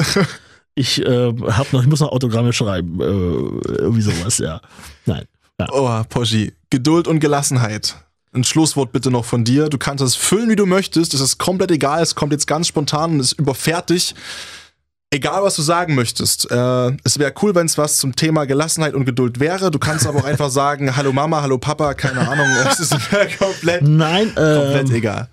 ich muss noch Autogramme schreiben, irgendwie sowas, ja. Nein. Ja. Oh, Poschi, Geduld und Gelassenheit. Ein Schlusswort bitte noch von dir. Du kannst es füllen, wie du möchtest. Es ist komplett egal. Es kommt jetzt ganz spontan und es überfährt dich. Egal, was du sagen möchtest. Es wäre cool, wenn es was zum Thema Gelassenheit und Geduld wäre. Du kannst aber auch einfach sagen, hallo Mama, hallo Papa, keine Ahnung. Es ist komplett egal.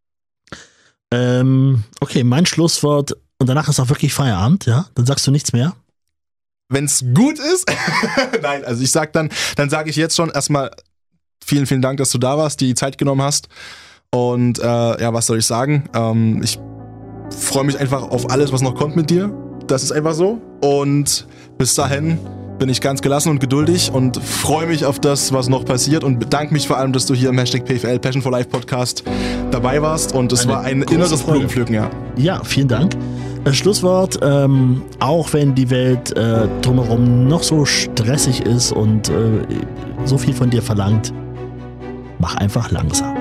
Okay, mein Schlusswort. Und danach ist auch wirklich Feierabend, ja? Dann sagst du nichts mehr? Wenn es gut ist? Nein, also ich sag dann sage ich jetzt schon erstmal vielen, vielen Dank, dass du da warst, dir die Zeit genommen hast. Und was soll ich sagen? Ich freue mich einfach auf alles, was noch kommt mit dir. Das ist einfach so. Und bis dahin bin ich ganz gelassen und geduldig und freue mich auf das, was noch passiert und bedanke mich vor allem, dass du hier im #PFL Passion for Life Podcast dabei warst. Und es war ein inneres Blumenpflücken, ja. Ja, vielen Dank. Schlusswort, auch wenn die Welt drumherum noch so stressig ist und so viel von dir verlangt, mach einfach langsam.